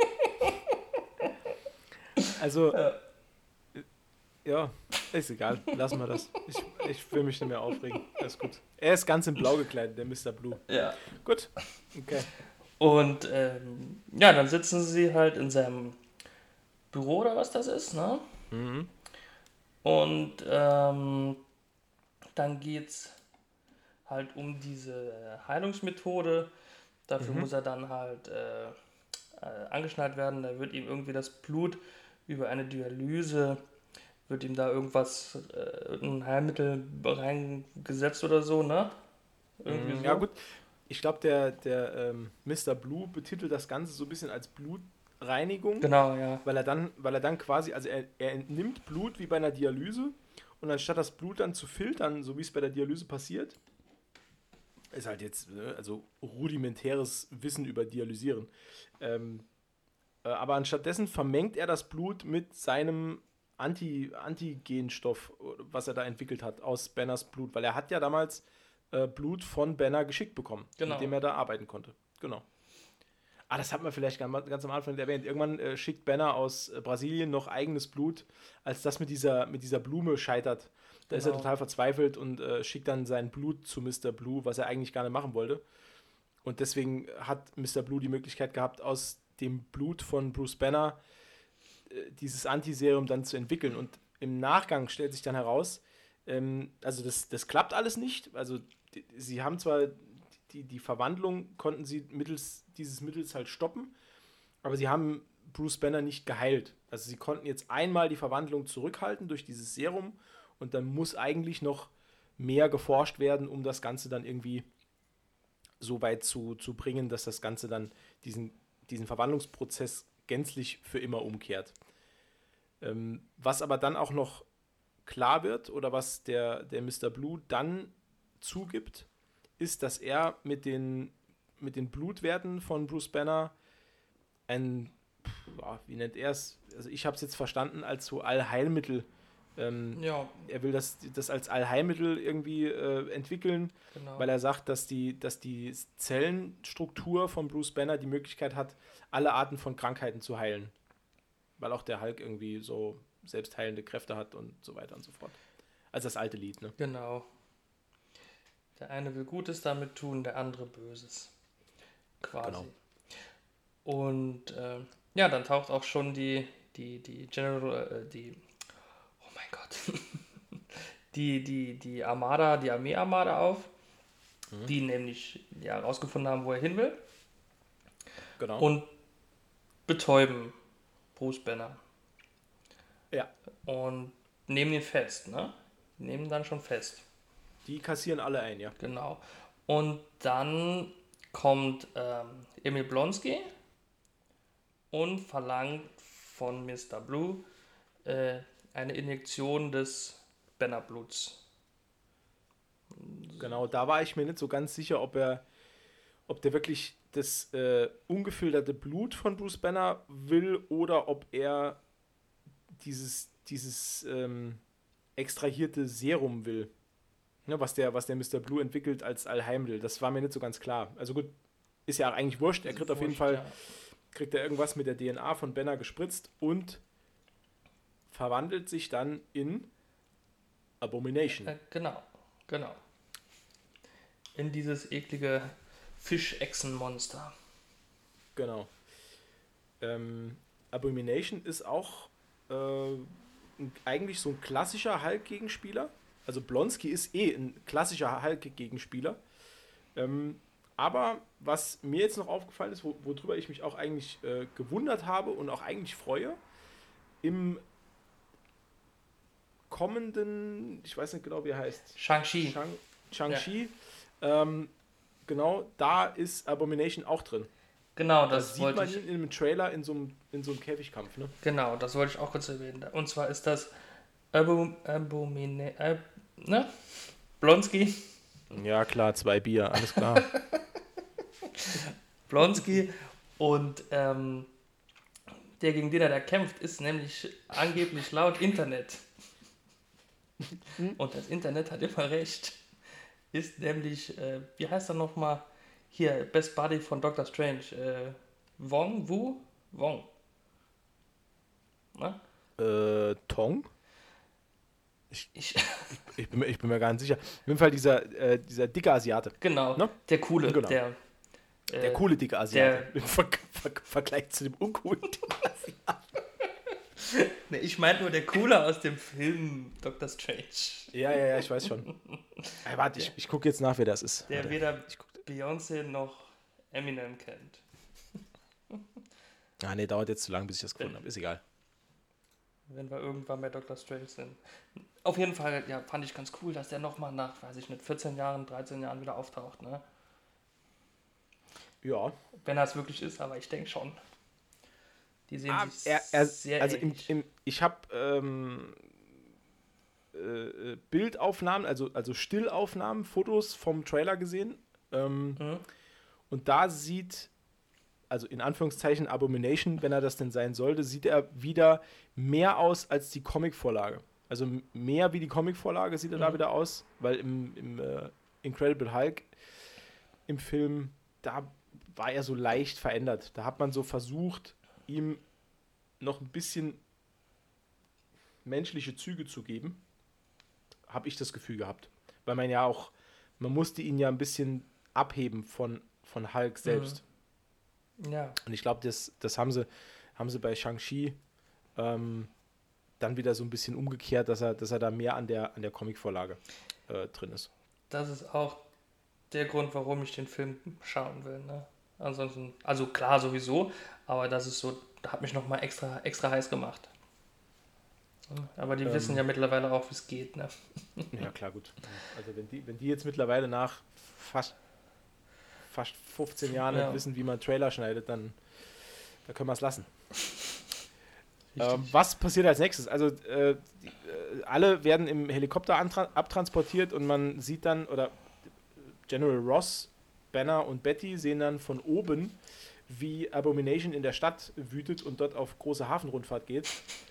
Also. Ja, ist egal. Lassen wir das. Ich will mich nicht mehr aufregen. Alles gut. Er ist ganz in Blau gekleidet, der Mr. Blue. Ja. Gut. Okay. Und dann sitzen sie halt in seinem Büro oder was das ist, ne? Mhm. Und dann geht's halt um diese Heilungsmethode. Dafür muss er dann halt angeschnallt werden. Da wird ihm irgendwie das Blut über eine Dialyse, wird ihm da irgendwas, ein Heilmittel reingesetzt oder so, ne? Irgendwie so. Ja gut, ich glaube, der Mr. Blue betitelt das Ganze so ein bisschen als Blutreinigung. Genau, ja. Weil er dann quasi, also er entnimmt Blut wie bei einer Dialyse und anstatt das Blut dann zu filtern, so wie es bei der Dialyse passiert, ist halt jetzt also rudimentäres Wissen über Dialysieren. Aber anstattdessen vermengt er das Blut mit seinem Antigenstoff, was er da entwickelt hat, aus Banners Blut, weil er hat ja damals Blut von Banner geschickt bekommen, mit dem er da arbeiten konnte. Genau. Das hat man vielleicht ganz am Anfang erwähnt. Irgendwann schickt Banner aus Brasilien noch eigenes Blut, als das mit dieser Blume scheitert. Da ist er total verzweifelt und schickt dann sein Blut zu Mr. Blue, was er eigentlich gar nicht machen wollte. Und deswegen hat Mr. Blue die Möglichkeit gehabt, aus dem Blut von Bruce Banner dieses Antiserum dann zu entwickeln. Und im Nachgang stellt sich dann heraus, also das klappt alles nicht. Also sie haben zwar die Verwandlung konnten sie mittels dieses Mittels halt stoppen, aber sie haben Bruce Banner nicht geheilt. Also sie konnten jetzt einmal die Verwandlung zurückhalten durch dieses Serum und dann muss eigentlich noch mehr geforscht werden, um das Ganze dann irgendwie so weit zu bringen, dass das Ganze dann diesen Verwandlungsprozess gänzlich für immer umkehrt. Was aber dann auch noch klar wird oder was der Mr. Blue dann zugibt, ist, dass er mit den Blutwerten von Bruce Banner wie nennt er es? Also ich habe es jetzt verstanden als so Allheilmittel. Er will das als Allheilmittel irgendwie entwickeln, genau. Weil er sagt, dass die Zellenstruktur von Bruce Banner die Möglichkeit hat, alle Arten von Krankheiten zu heilen. weil auch der Hulk irgendwie so selbstheilende Kräfte hat und so weiter und so fort. Also das alte Lied, ne? Genau. Der eine will Gutes damit tun, der andere Böses. Quasi. Genau. Und ja, dann taucht auch schon die General, oh mein Gott, die Armada, die Armee-Armada auf, die nämlich ja herausgefunden haben, wo er hin will Genau. und betäuben Bruce Banner Ja, und nehmen ihn fest, ne? Nehmen ihn dann schon fest. die kassieren alle ein, ja. Genau. Und dann kommt Emil Blonsky und verlangt von Mr. Blue eine Injektion des Bannerbluts. Genau, da war ich mir nicht so ganz sicher, ob der wirklich das ungefilterte Blut von Bruce Banner will oder ob er dieses extrahierte Serum will. Ne, was der Mr. Blue entwickelt als Allheilmittel. Das war mir nicht so ganz klar. Also gut, ist ja eigentlich wurscht. Er kriegt auf jeden Fall, kriegt er irgendwas mit der DNA von Banner gespritzt und verwandelt sich dann in Abomination. Genau. In dieses eklige Fischechsenmonster. Genau. Abomination ist auch eigentlich so ein klassischer Hulk-Gegenspieler. Also Blonsky ist ein klassischer Hulk-Gegenspieler. Aber was mir jetzt noch aufgefallen ist, worüber ich mich auch eigentlich gewundert habe und auch eigentlich freue, im kommenden, ich weiß nicht genau, wie er heißt. Shang-Chi. Shang-Chi. Genau, da ist Abomination auch drin. Genau, Da das sieht wollte man ich. ihn in einem Trailer in so einem Käfigkampf, ne? Genau, das wollte ich auch kurz erwähnen. Und zwar ist das ne? Blonsky. Ja, klar, 2 Bier, alles klar. Blonsky und der, gegen den er da kämpft, ist nämlich angeblich laut Internet. Und das Internet hat immer recht. Ist nämlich, wie heißt er nochmal? Hier, Best Buddy von Doctor Strange. Wong? Na? Tong? Ich, Ich bin mir gar nicht sicher. Auf jeden Fall dieser dicke Asiate. genau, Ne? der coole, Genau. Der coole dicke Asiate. Im Vergleich zu dem uncoolen dicken Asiaten. Ne, ich meine nur der coole aus dem Film Doctor Strange. Ja, ich weiß schon. Warte, ich gucke jetzt nach, wer das ist. Der Warte. weder Beyoncé noch Eminem kennt. Ah, nee, dauert jetzt zu lang, bis ich das gefunden habe. Ist egal. Wenn wir irgendwann bei Doctor Strange sind. Auf jeden Fall, ja, fand ich ganz cool, dass der nochmal nach, weiß ich nicht, 14 Jahren, 13 Jahren wieder auftaucht, ne? Ja. Wenn er es wirklich ist, aber ich denke schon. Die sehen sich sehr also ähnlich. ich habe Bildaufnahmen, also Stillaufnahmen, Fotos vom Trailer gesehen. Und da sieht, also in Anführungszeichen Abomination, wenn er das denn sein sollte, sieht er wieder mehr aus als die Comicvorlage. Also mehr wie die Comicvorlage sieht er da wieder aus, weil im Incredible Hulk im Film, da war er so leicht verändert. Da hat man so versucht, ihm noch ein bisschen menschliche Züge zu geben. Habe ich das Gefühl gehabt. Weil man musste ihn ja ein bisschen abheben von Hulk selbst. Ja. Und ich glaube, das haben sie bei Shang-Chi dann wieder so ein bisschen umgekehrt, dass er da mehr an der Comicvorlage drin ist. Das ist auch der Grund, warum ich den Film schauen will, ne? Ansonsten, also klar sowieso, aber das ist so, da hat mich nochmal extra heiß gemacht. Aber die wissen ja mittlerweile auch, wie es geht, ne? Ja, klar, gut. Also wenn die jetzt mittlerweile nach fast 15 Jahren nicht wissen, wie man Trailer schneidet, dann können wir es lassen. Was passiert als nächstes? Also alle werden im Helikopter abtransportiert und man sieht dann, oder General Ross, Banner und Betty sehen dann von oben, wie Abomination in der Stadt wütet und dort auf große Hafenrundfahrt geht.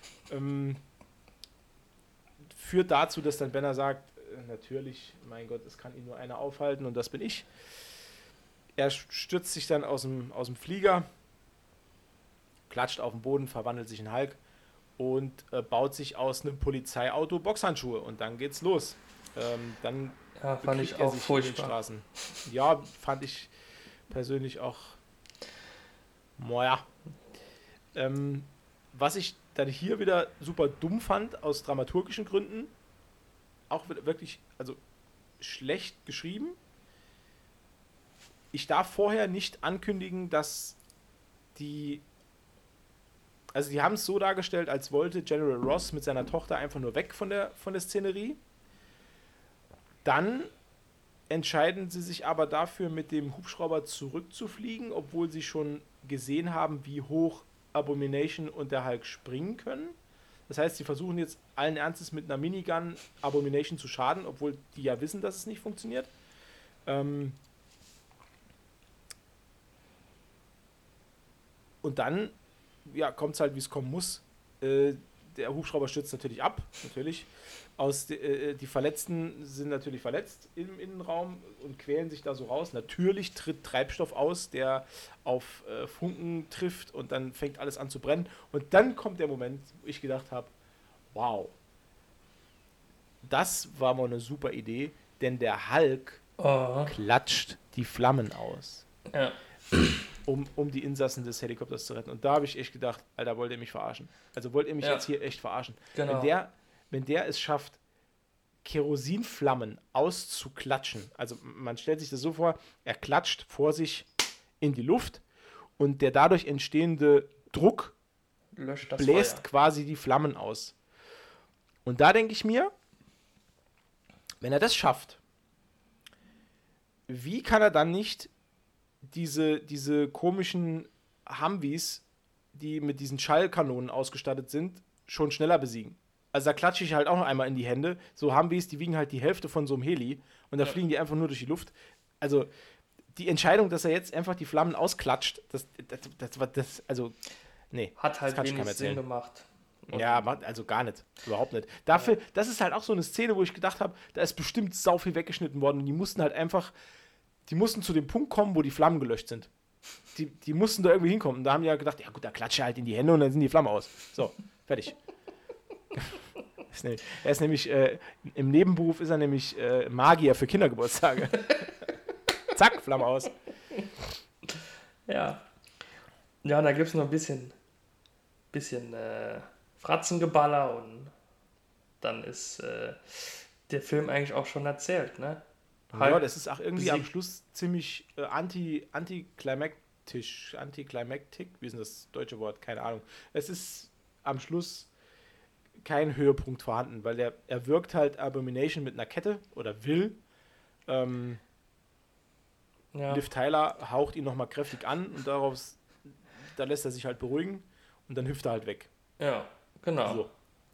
Führt dazu, dass dann Banner sagt, natürlich, mein Gott, es kann ihn nur einer aufhalten und das bin ich. Er stürzt sich dann aus dem Flieger klatscht auf den Boden, verwandelt sich in Hulk und baut sich aus einem Polizeiauto Boxhandschuhe und dann geht's los. Dann Ja, fand ich bekriegt er auch sich in den furchtbar. Straßen. Ja, fand ich persönlich auch, naja. Was ich dann hier wieder super dumm fand, aus dramaturgischen Gründen, auch wirklich, also schlecht geschrieben. Ich darf vorher nicht ankündigen, dass die, also die haben es so dargestellt, als wollte General Ross mit seiner Tochter einfach nur weg von der Szenerie. Dann entscheiden sie sich aber dafür, mit dem Hubschrauber zurückzufliegen, obwohl sie schon gesehen haben, wie hoch Abomination und der Hulk springen können. Das heißt, sie versuchen jetzt allen Ernstes mit einer Minigun Abomination zu schaden, obwohl die ja wissen, dass es nicht funktioniert. Und dann ja, kommt es halt, wie es kommen muss. Der Hubschrauber stürzt natürlich ab, natürlich. Die Verletzten sind natürlich verletzt im Innenraum und quälen sich da so raus. Natürlich tritt Treibstoff aus, der auf Funken trifft und dann fängt alles an zu brennen. Und dann kommt der Moment, wo ich gedacht habe, wow, das war mal eine super Idee, denn der Hulk Oh, klatscht die Flammen aus, ja. um die Insassen des Helikopters zu retten. Und da habe ich echt gedacht, Alter, wollt ihr mich verarschen? Also wollt ihr mich Ja. jetzt hier echt verarschen? Genau. Wenn der es schafft, Kerosinflammen auszuklatschen, also man stellt sich das so vor, er klatscht vor sich in die Luft und der dadurch entstehende Druck Löscht das bläst Feuer. quasi die Flammen aus. Und da denke ich mir, wenn er das schafft, wie kann er dann nicht diese komischen Humvees, die mit diesen Schallkanonen ausgestattet sind, schon schneller besiegen? Also da klatsche ich halt auch noch einmal in die Hände. So Humvees, die wiegen halt die Hälfte von so einem Heli und da Ja. fliegen die einfach nur durch die Luft. Also die Entscheidung, dass er jetzt einfach die Flammen ausklatscht, also, nee, Hat halt das kann ich wenig keinem Sinn erzählen. gemacht. Ja, also gar nicht. Überhaupt nicht. Dafür, das ist halt auch so eine Szene, wo ich gedacht habe, da ist bestimmt sau viel weggeschnitten worden und die mussten halt einfach, die mussten zu dem Punkt kommen, wo die Flammen gelöscht sind. Die mussten da irgendwie hinkommen. Und da haben die ja gedacht, ja gut, da klatsche halt in die Hände und dann sind die Flammen aus. So, fertig. Er ist nämlich, im Nebenberuf ist er nämlich Magier für Kindergeburtstage. Zack, Flamme aus. Ja. Ja, da gibt es noch ein bisschen Fratzengeballer und dann ist der Film eigentlich auch schon erzählt, ne? Ja, das ist auch irgendwie am besiegt. Schluss ziemlich antiklimatisch, wie ist denn das deutsche Wort? Keine Ahnung. Es ist am Schluss kein Höhepunkt vorhanden, weil er wirkt halt Abomination mit einer Kette oder will. Ja, Liv Tyler haucht ihn nochmal kräftig an und da lässt er sich halt beruhigen und dann hüpft er halt weg. ja, genau. So.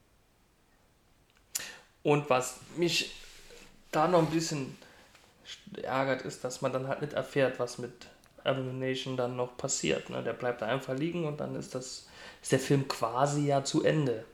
Und was mich da noch ein bisschen ärgert, ist, dass man dann halt nicht erfährt, was mit Abomination dann noch passiert. Ne? Der bleibt da einfach liegen und dann ist der Film quasi ja zu Ende.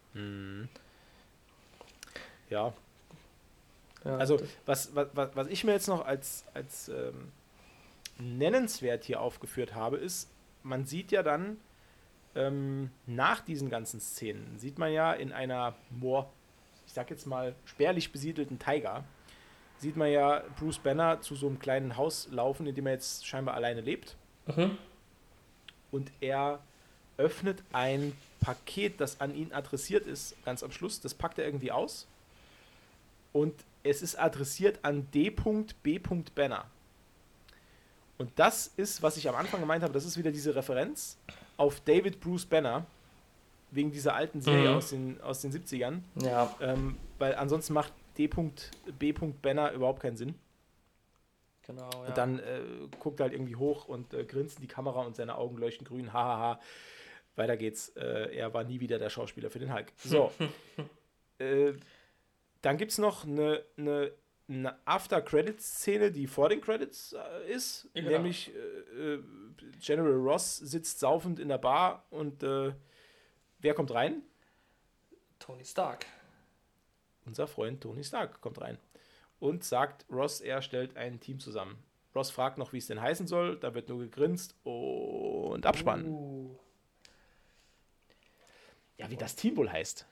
Ja. Ja, Also, was ich mir jetzt noch als nennenswert hier aufgeführt habe, ist, man sieht ja dann nach diesen ganzen Szenen, sieht man ja in einer, ich sag jetzt mal, spärlich besiedelten Taiga, sieht man ja Bruce Banner zu so einem kleinen Haus laufen, in dem er jetzt scheinbar alleine lebt. Mhm. Und er öffnet ein Paket, das an ihn adressiert ist, ganz am Schluss. Das packt er irgendwie aus. Und es ist adressiert an D.B. Banner. Und das ist, was ich am Anfang gemeint habe, das ist wieder diese Referenz auf David Bruce Banner, wegen dieser alten Serie aus den 70ern. Ja, Weil ansonsten macht D.B. Banner überhaupt keinen Sinn. genau. Ja. Und dann guckt er halt irgendwie hoch und grinst in die Kamera und seine Augen leuchten grün. Hahaha. Weiter geht's. Er war nie wieder der Schauspieler für den Hulk. So. Dann gibt es noch eine After-Credits-Szene, die vor den Credits ist. Ja, genau. Nämlich General Ross sitzt saufend in der Bar und wer kommt rein? Tony Stark. Unser Freund Tony Stark kommt rein und sagt, Ross, er stellt ein Team zusammen. Ross fragt noch, wie es denn heißen soll. Da wird nur gegrinst und Abspann. Ja, wie das Team wohl heißt.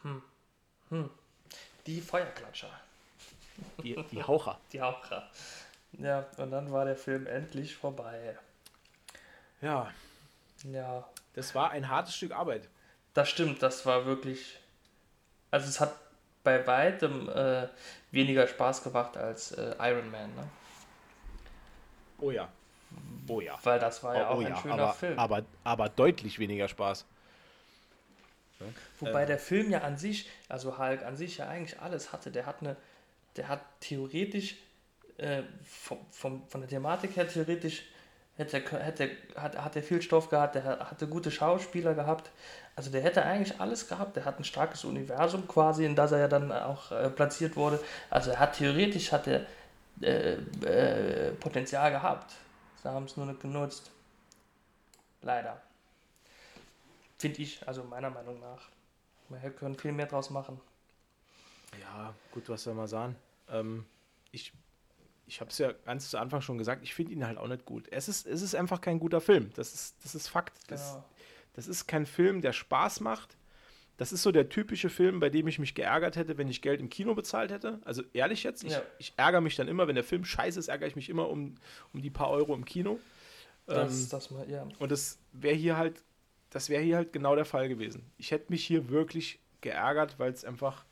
Die Feuerklatscher. Die Haucher. Die Haucher. Ja, und dann war der Film endlich vorbei. Ja, Ja, das war ein hartes Stück Arbeit. das stimmt, das war wirklich. Also es hat bei weitem weniger Spaß gemacht als Iron Man, ne? Oh ja. Oh ja. Weil das war ja Oh auch ein ja, schöner Film. aber deutlich weniger Spaß. Wobei der Film ja an sich, also Hulk an sich ja eigentlich alles hatte. Der hat theoretisch, von der Thematik her theoretisch, hat er viel Stoff gehabt, der hatte gute Schauspieler gehabt. Also der hätte eigentlich alles gehabt. Der hat ein starkes Universum quasi, in das er ja dann auch platziert wurde. Also theoretisch hat er Potenzial gehabt. Sie haben es nur nicht genutzt. Leider. Finde ich, also meiner Meinung nach. Man hätte können viel mehr draus machen. Ja, gut, was soll man sagen? Ich habe es ja ganz zu Anfang schon gesagt, ich finde ihn halt auch nicht gut. Es ist einfach kein guter Film. Das ist Fakt. Genau. Das ist kein Film, der Spaß macht. Das ist so der typische Film, bei dem ich mich geärgert hätte, wenn ich Geld im Kino bezahlt hätte. Also ehrlich jetzt, ich ärgere mich dann immer, wenn der Film scheiße ist, ärgere ich mich immer um die paar Euro im Kino. Und das wäre hier halt genau der Fall gewesen. Ich hätte mich hier wirklich geärgert, weil es einfach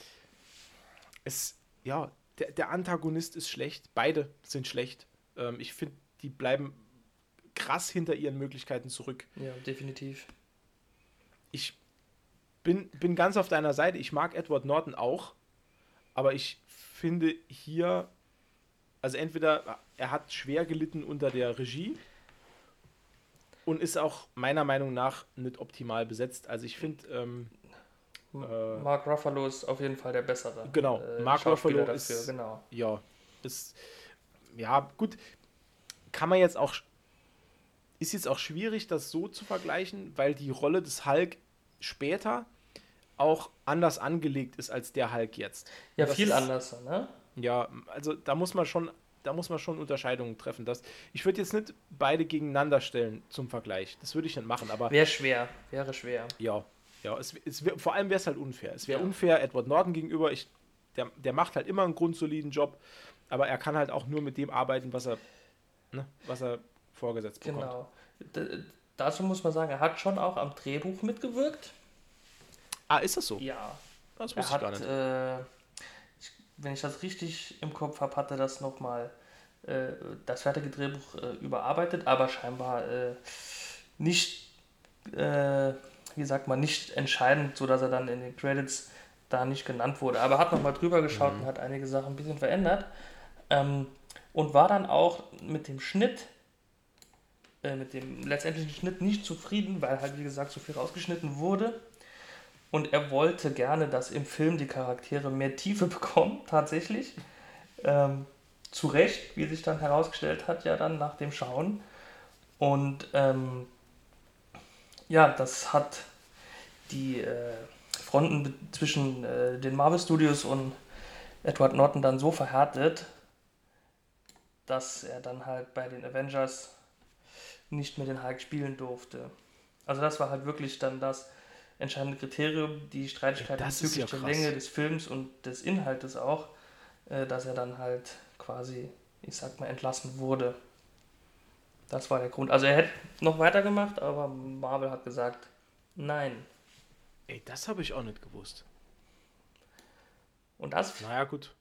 der Antagonist ist schlecht, beide sind schlecht. Ich finde, die bleiben krass hinter ihren Möglichkeiten zurück. Ja, definitiv. Ich bin ganz auf deiner Seite. Ich mag Edward Norton auch, aber ich finde hier, also entweder er hat schwer gelitten unter der Regie und ist auch meiner Meinung nach nicht optimal besetzt. Also ich finde, Mark Ruffalo ist auf jeden Fall der bessere. Genau, Mark Ruffalo dafür, ist, genau. ja, gut, kann man jetzt auch, ist jetzt auch schwierig, das so zu vergleichen, weil die Rolle des Hulk später auch anders angelegt ist als der Hulk jetzt. Ja, viel anders, ne? Ja, also da muss man schon Unterscheidungen treffen. Ich würde jetzt nicht beide gegeneinander stellen zum Vergleich. Das würde ich nicht machen, aber. Wäre schwer. Ja, vor allem wäre es halt unfair. Es wäre unfair Edward Norton gegenüber. Der macht halt immer einen grundsoliden Job, aber er kann halt auch nur mit dem arbeiten, was er vorgesetzt bekommt. Genau. Dazu muss man sagen, er hat schon auch am Drehbuch mitgewirkt. Ah, ist das so? Ja. Das wusste ich gar nicht. Wenn ich das richtig im Kopf habe, hat er das nochmal, das fertige Drehbuch überarbeitet, aber scheinbar nicht, wie sagt man, nicht entscheidend, sodass er dann in den Credits da nicht genannt wurde. Aber hat nochmal drüber geschaut und hat einige Sachen ein bisschen verändert. Und war dann auch mit dem Schnitt, mit dem letztendlichen Schnitt nicht zufrieden, weil halt, wie gesagt, so viel rausgeschnitten wurde. Und er wollte gerne, dass im Film die Charaktere mehr Tiefe bekommen, tatsächlich. Zu Recht, wie sich dann herausgestellt hat, ja dann nach dem Schauen. Und das hat die Fronten zwischen den Marvel Studios und Edward Norton dann so verhärtet, dass er dann halt bei den Avengers nicht mehr den Hulk spielen durfte. Also das war halt wirklich dann das entscheidende Kriterium, die Streitigkeit bezüglich der Länge des Films und des Inhaltes auch, dass er dann halt quasi, ich sag mal, entlassen wurde. Das war der Grund. Also er hätte noch weitergemacht, aber Marvel hat gesagt, nein. Ey, das habe ich auch nicht gewusst. Und das... Naja, gut.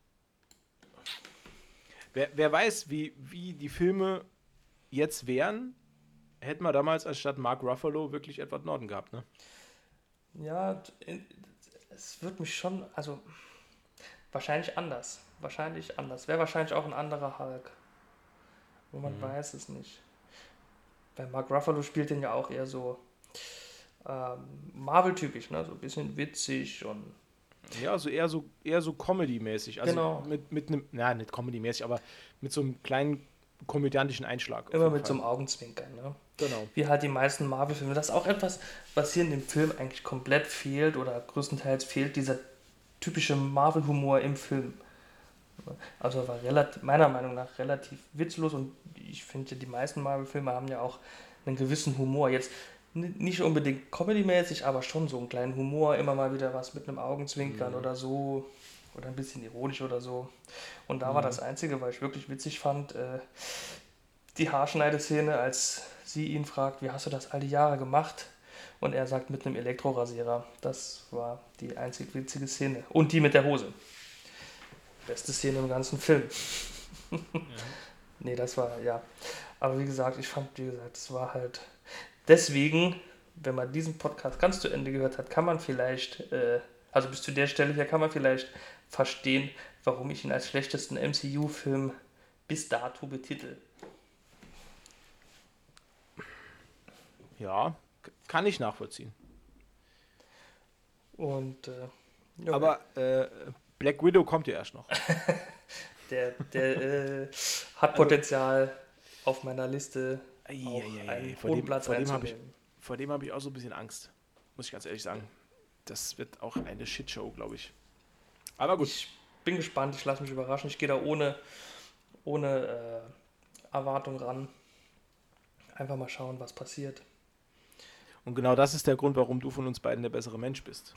Wer weiß, wie die Filme jetzt wären, hätten wir damals anstatt Mark Ruffalo wirklich Edward Norton gehabt, ne? Ja, es wird mich schon, also wahrscheinlich anders. Wäre wahrscheinlich auch ein anderer Hulk. Nur man weiß es nicht. Weil Mark Ruffalo spielt den ja auch eher so Marvel-typisch, ne? So ein bisschen witzig und... Ja, also eher so Comedy-mäßig. Also genau. Mit einem, nicht Comedy-mäßig, aber mit so einem kleinen komödiantischen Einschlag. Immer mit so einem Augenzwinkern, ne? Genau. Wie halt die meisten Marvel-Filme. Das ist auch etwas, was hier in dem Film eigentlich komplett fehlt oder größtenteils fehlt, dieser typische Marvel-Humor im Film. Also war meiner Meinung nach relativ witzlos und ich finde, die meisten Marvel-Filme haben ja auch einen gewissen Humor. Jetzt nicht unbedingt comedy-mäßig, aber schon so einen kleinen Humor, immer mal wieder was mit einem Augenzwinkern oder so. Oder ein bisschen ironisch oder so. Und da war das Einzige, was ich wirklich witzig fand, die Haarschneideszene, als sie ihn fragt, wie hast du das all die Jahre gemacht? Und er sagt, mit einem Elektrorasierer. Das war die einzig witzige Szene. Und die mit der Hose. Beste Szene im ganzen Film. Ja. Nee, das war, ja. Aber wie gesagt, ich fand, es war halt. Deswegen, wenn man diesen Podcast ganz zu Ende gehört hat, kann man vielleicht, also bis zu der Stelle hier, kann man vielleicht verstehen, warum ich ihn als schlechtesten MCU-Film bis dato betitel. Ja, kann ich nachvollziehen. Und, ja, Aber Black Widow kommt ja erst noch. der hat Potenzial auf meiner Liste auch einen hohen Platz einzunehmen. Vor dem habe ich auch so ein bisschen Angst, muss ich ganz ehrlich sagen. Das wird auch eine Shitshow, glaube ich. Aber gut. Ich bin gespannt, ich lasse mich überraschen. Ich gehe da ohne Erwartung ran. Einfach mal schauen, was passiert. Und genau das ist der Grund, warum du von uns beiden der bessere Mensch bist.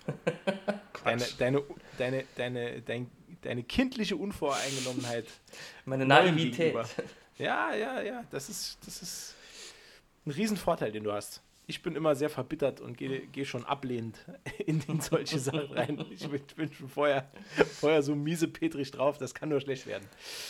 Deine kindliche Unvoreingenommenheit. Meine Naivität. Ja, das ist ein Riesenvorteil, den du hast. Ich bin immer sehr verbittert und gehe schon ablehnend in solche Sachen rein. Ich bin schon vorher so miese Petrich drauf, das kann nur schlecht werden.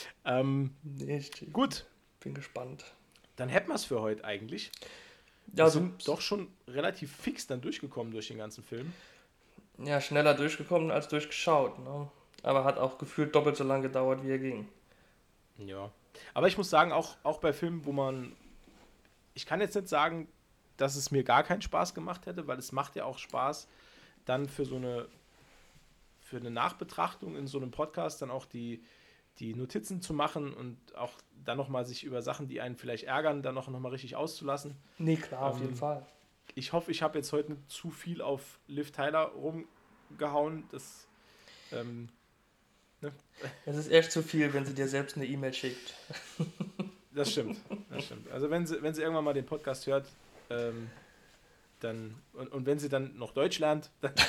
Gut. Bin gespannt. Dann hätten wir es für heute eigentlich. Ja, wir sind doch schon relativ fix dann durchgekommen durch den ganzen Film. Ja, schneller durchgekommen als durchgeschaut. Ne? Aber hat auch gefühlt doppelt so lange gedauert, wie er ging. Ja. Aber ich muss sagen, auch bei Filmen, wo ich kann jetzt nicht sagen, dass es mir gar keinen Spaß gemacht hätte, weil es macht ja auch Spaß, dann für eine Nachbetrachtung in so einem Podcast dann auch die Notizen zu machen und auch dann nochmal sich über Sachen, die einen vielleicht ärgern, dann noch mal richtig auszulassen. Nee, klar, auf jeden Fall. Ich hoffe, ich habe jetzt heute nicht zu viel auf Liv Tyler rumgehauen. Das, ne? Es ist echt zu viel, wenn sie dir selbst eine E-Mail schickt. Das stimmt. Also wenn sie irgendwann mal den Podcast hört, dann und wenn sie dann noch Deutsch lernt,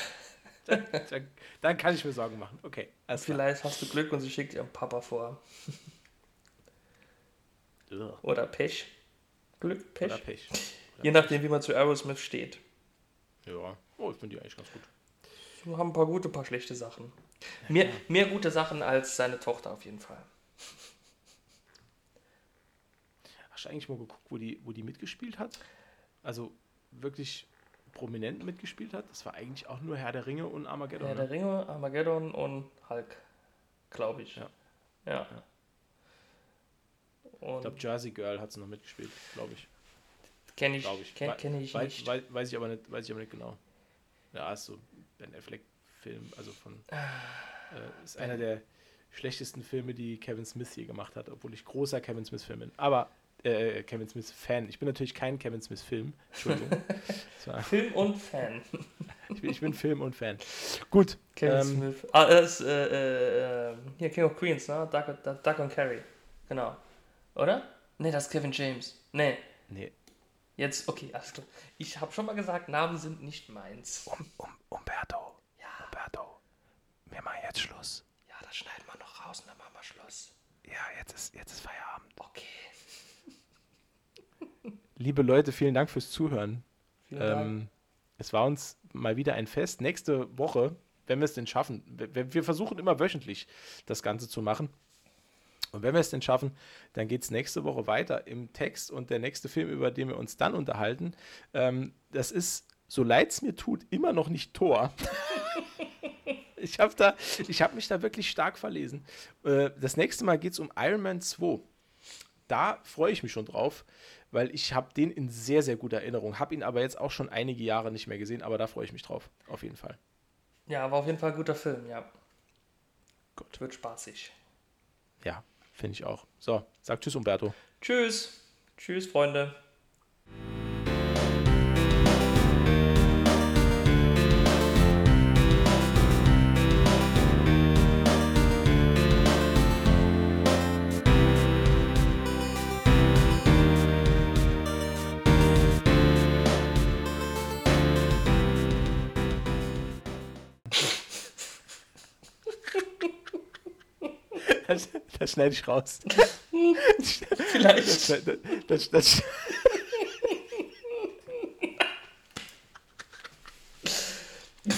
dann kann ich mir Sorgen machen. Okay. Vielleicht hast du Glück und sie schickt ihren Papa vor. Oder Pech. Glück, Pech. Oder Pech. Je nachdem, wie man zu Aerosmith steht. Ja, ich finde die eigentlich ganz gut. Wir haben ein paar gute, ein paar schlechte Sachen. Mehr gute Sachen als seine Tochter auf jeden Fall. Hast du eigentlich mal geguckt, wo die mitgespielt hat? Also wirklich prominent mitgespielt hat? Das war eigentlich auch nur Herr der Ringe und Armageddon. Herr der Ringe, Armageddon und Hulk, glaube ich. Ja. Ich glaube, Jersey Girl hat sie noch mitgespielt, glaube ich. Kenne ich nicht. Weiß ich aber nicht genau. Ja, ist so Ben Affleck-Film, also ist einer der schlechtesten Filme, die Kevin Smith je gemacht hat, obwohl ich großer Kevin Smith-Fan bin. Aber Kevin Smith-Fan. Ich bin natürlich kein Kevin Smith-Film. Entschuldigung. Film und Fan. Ich bin Film und Fan. Gut. Kevin Smith. Das ist hier King of Queens, ne? Duck und Carry. Genau. Oder? Ne, das ist Kevin James. Nee. Jetzt, okay, alles klar. Ich habe schon mal gesagt, Namen sind nicht meins. Umberto. Ja. Umberto. Wir machen jetzt Schluss. Ja, das schneiden wir noch raus und dann machen wir Schluss. Ja, jetzt ist Feierabend. Okay. Liebe Leute, vielen Dank fürs Zuhören. Vielen Dank. Es war uns mal wieder ein Fest. Nächste Woche, wenn wir es denn schaffen, wir versuchen immer wöchentlich das Ganze zu machen. Und wenn wir es denn schaffen, dann geht es nächste Woche weiter im Text und der nächste Film, über den wir uns dann unterhalten, das ist, so leid es mir tut, immer noch nicht Thor. Ich habe mich da wirklich stark verlesen. Das nächste Mal geht es um Iron Man 2. Da freue ich mich schon drauf, weil ich habe den in sehr, sehr guter Erinnerung. Habe ihn aber jetzt auch schon einige Jahre nicht mehr gesehen, aber da freue ich mich drauf, auf jeden Fall. Ja, war auf jeden Fall ein guter Film, ja. Gut. Wird spaßig. Ja, finde ich auch. So, sag tschüss, Umberto. Tschüss. Tschüss, Freunde. Das schneide ich raus. Vielleicht. Das,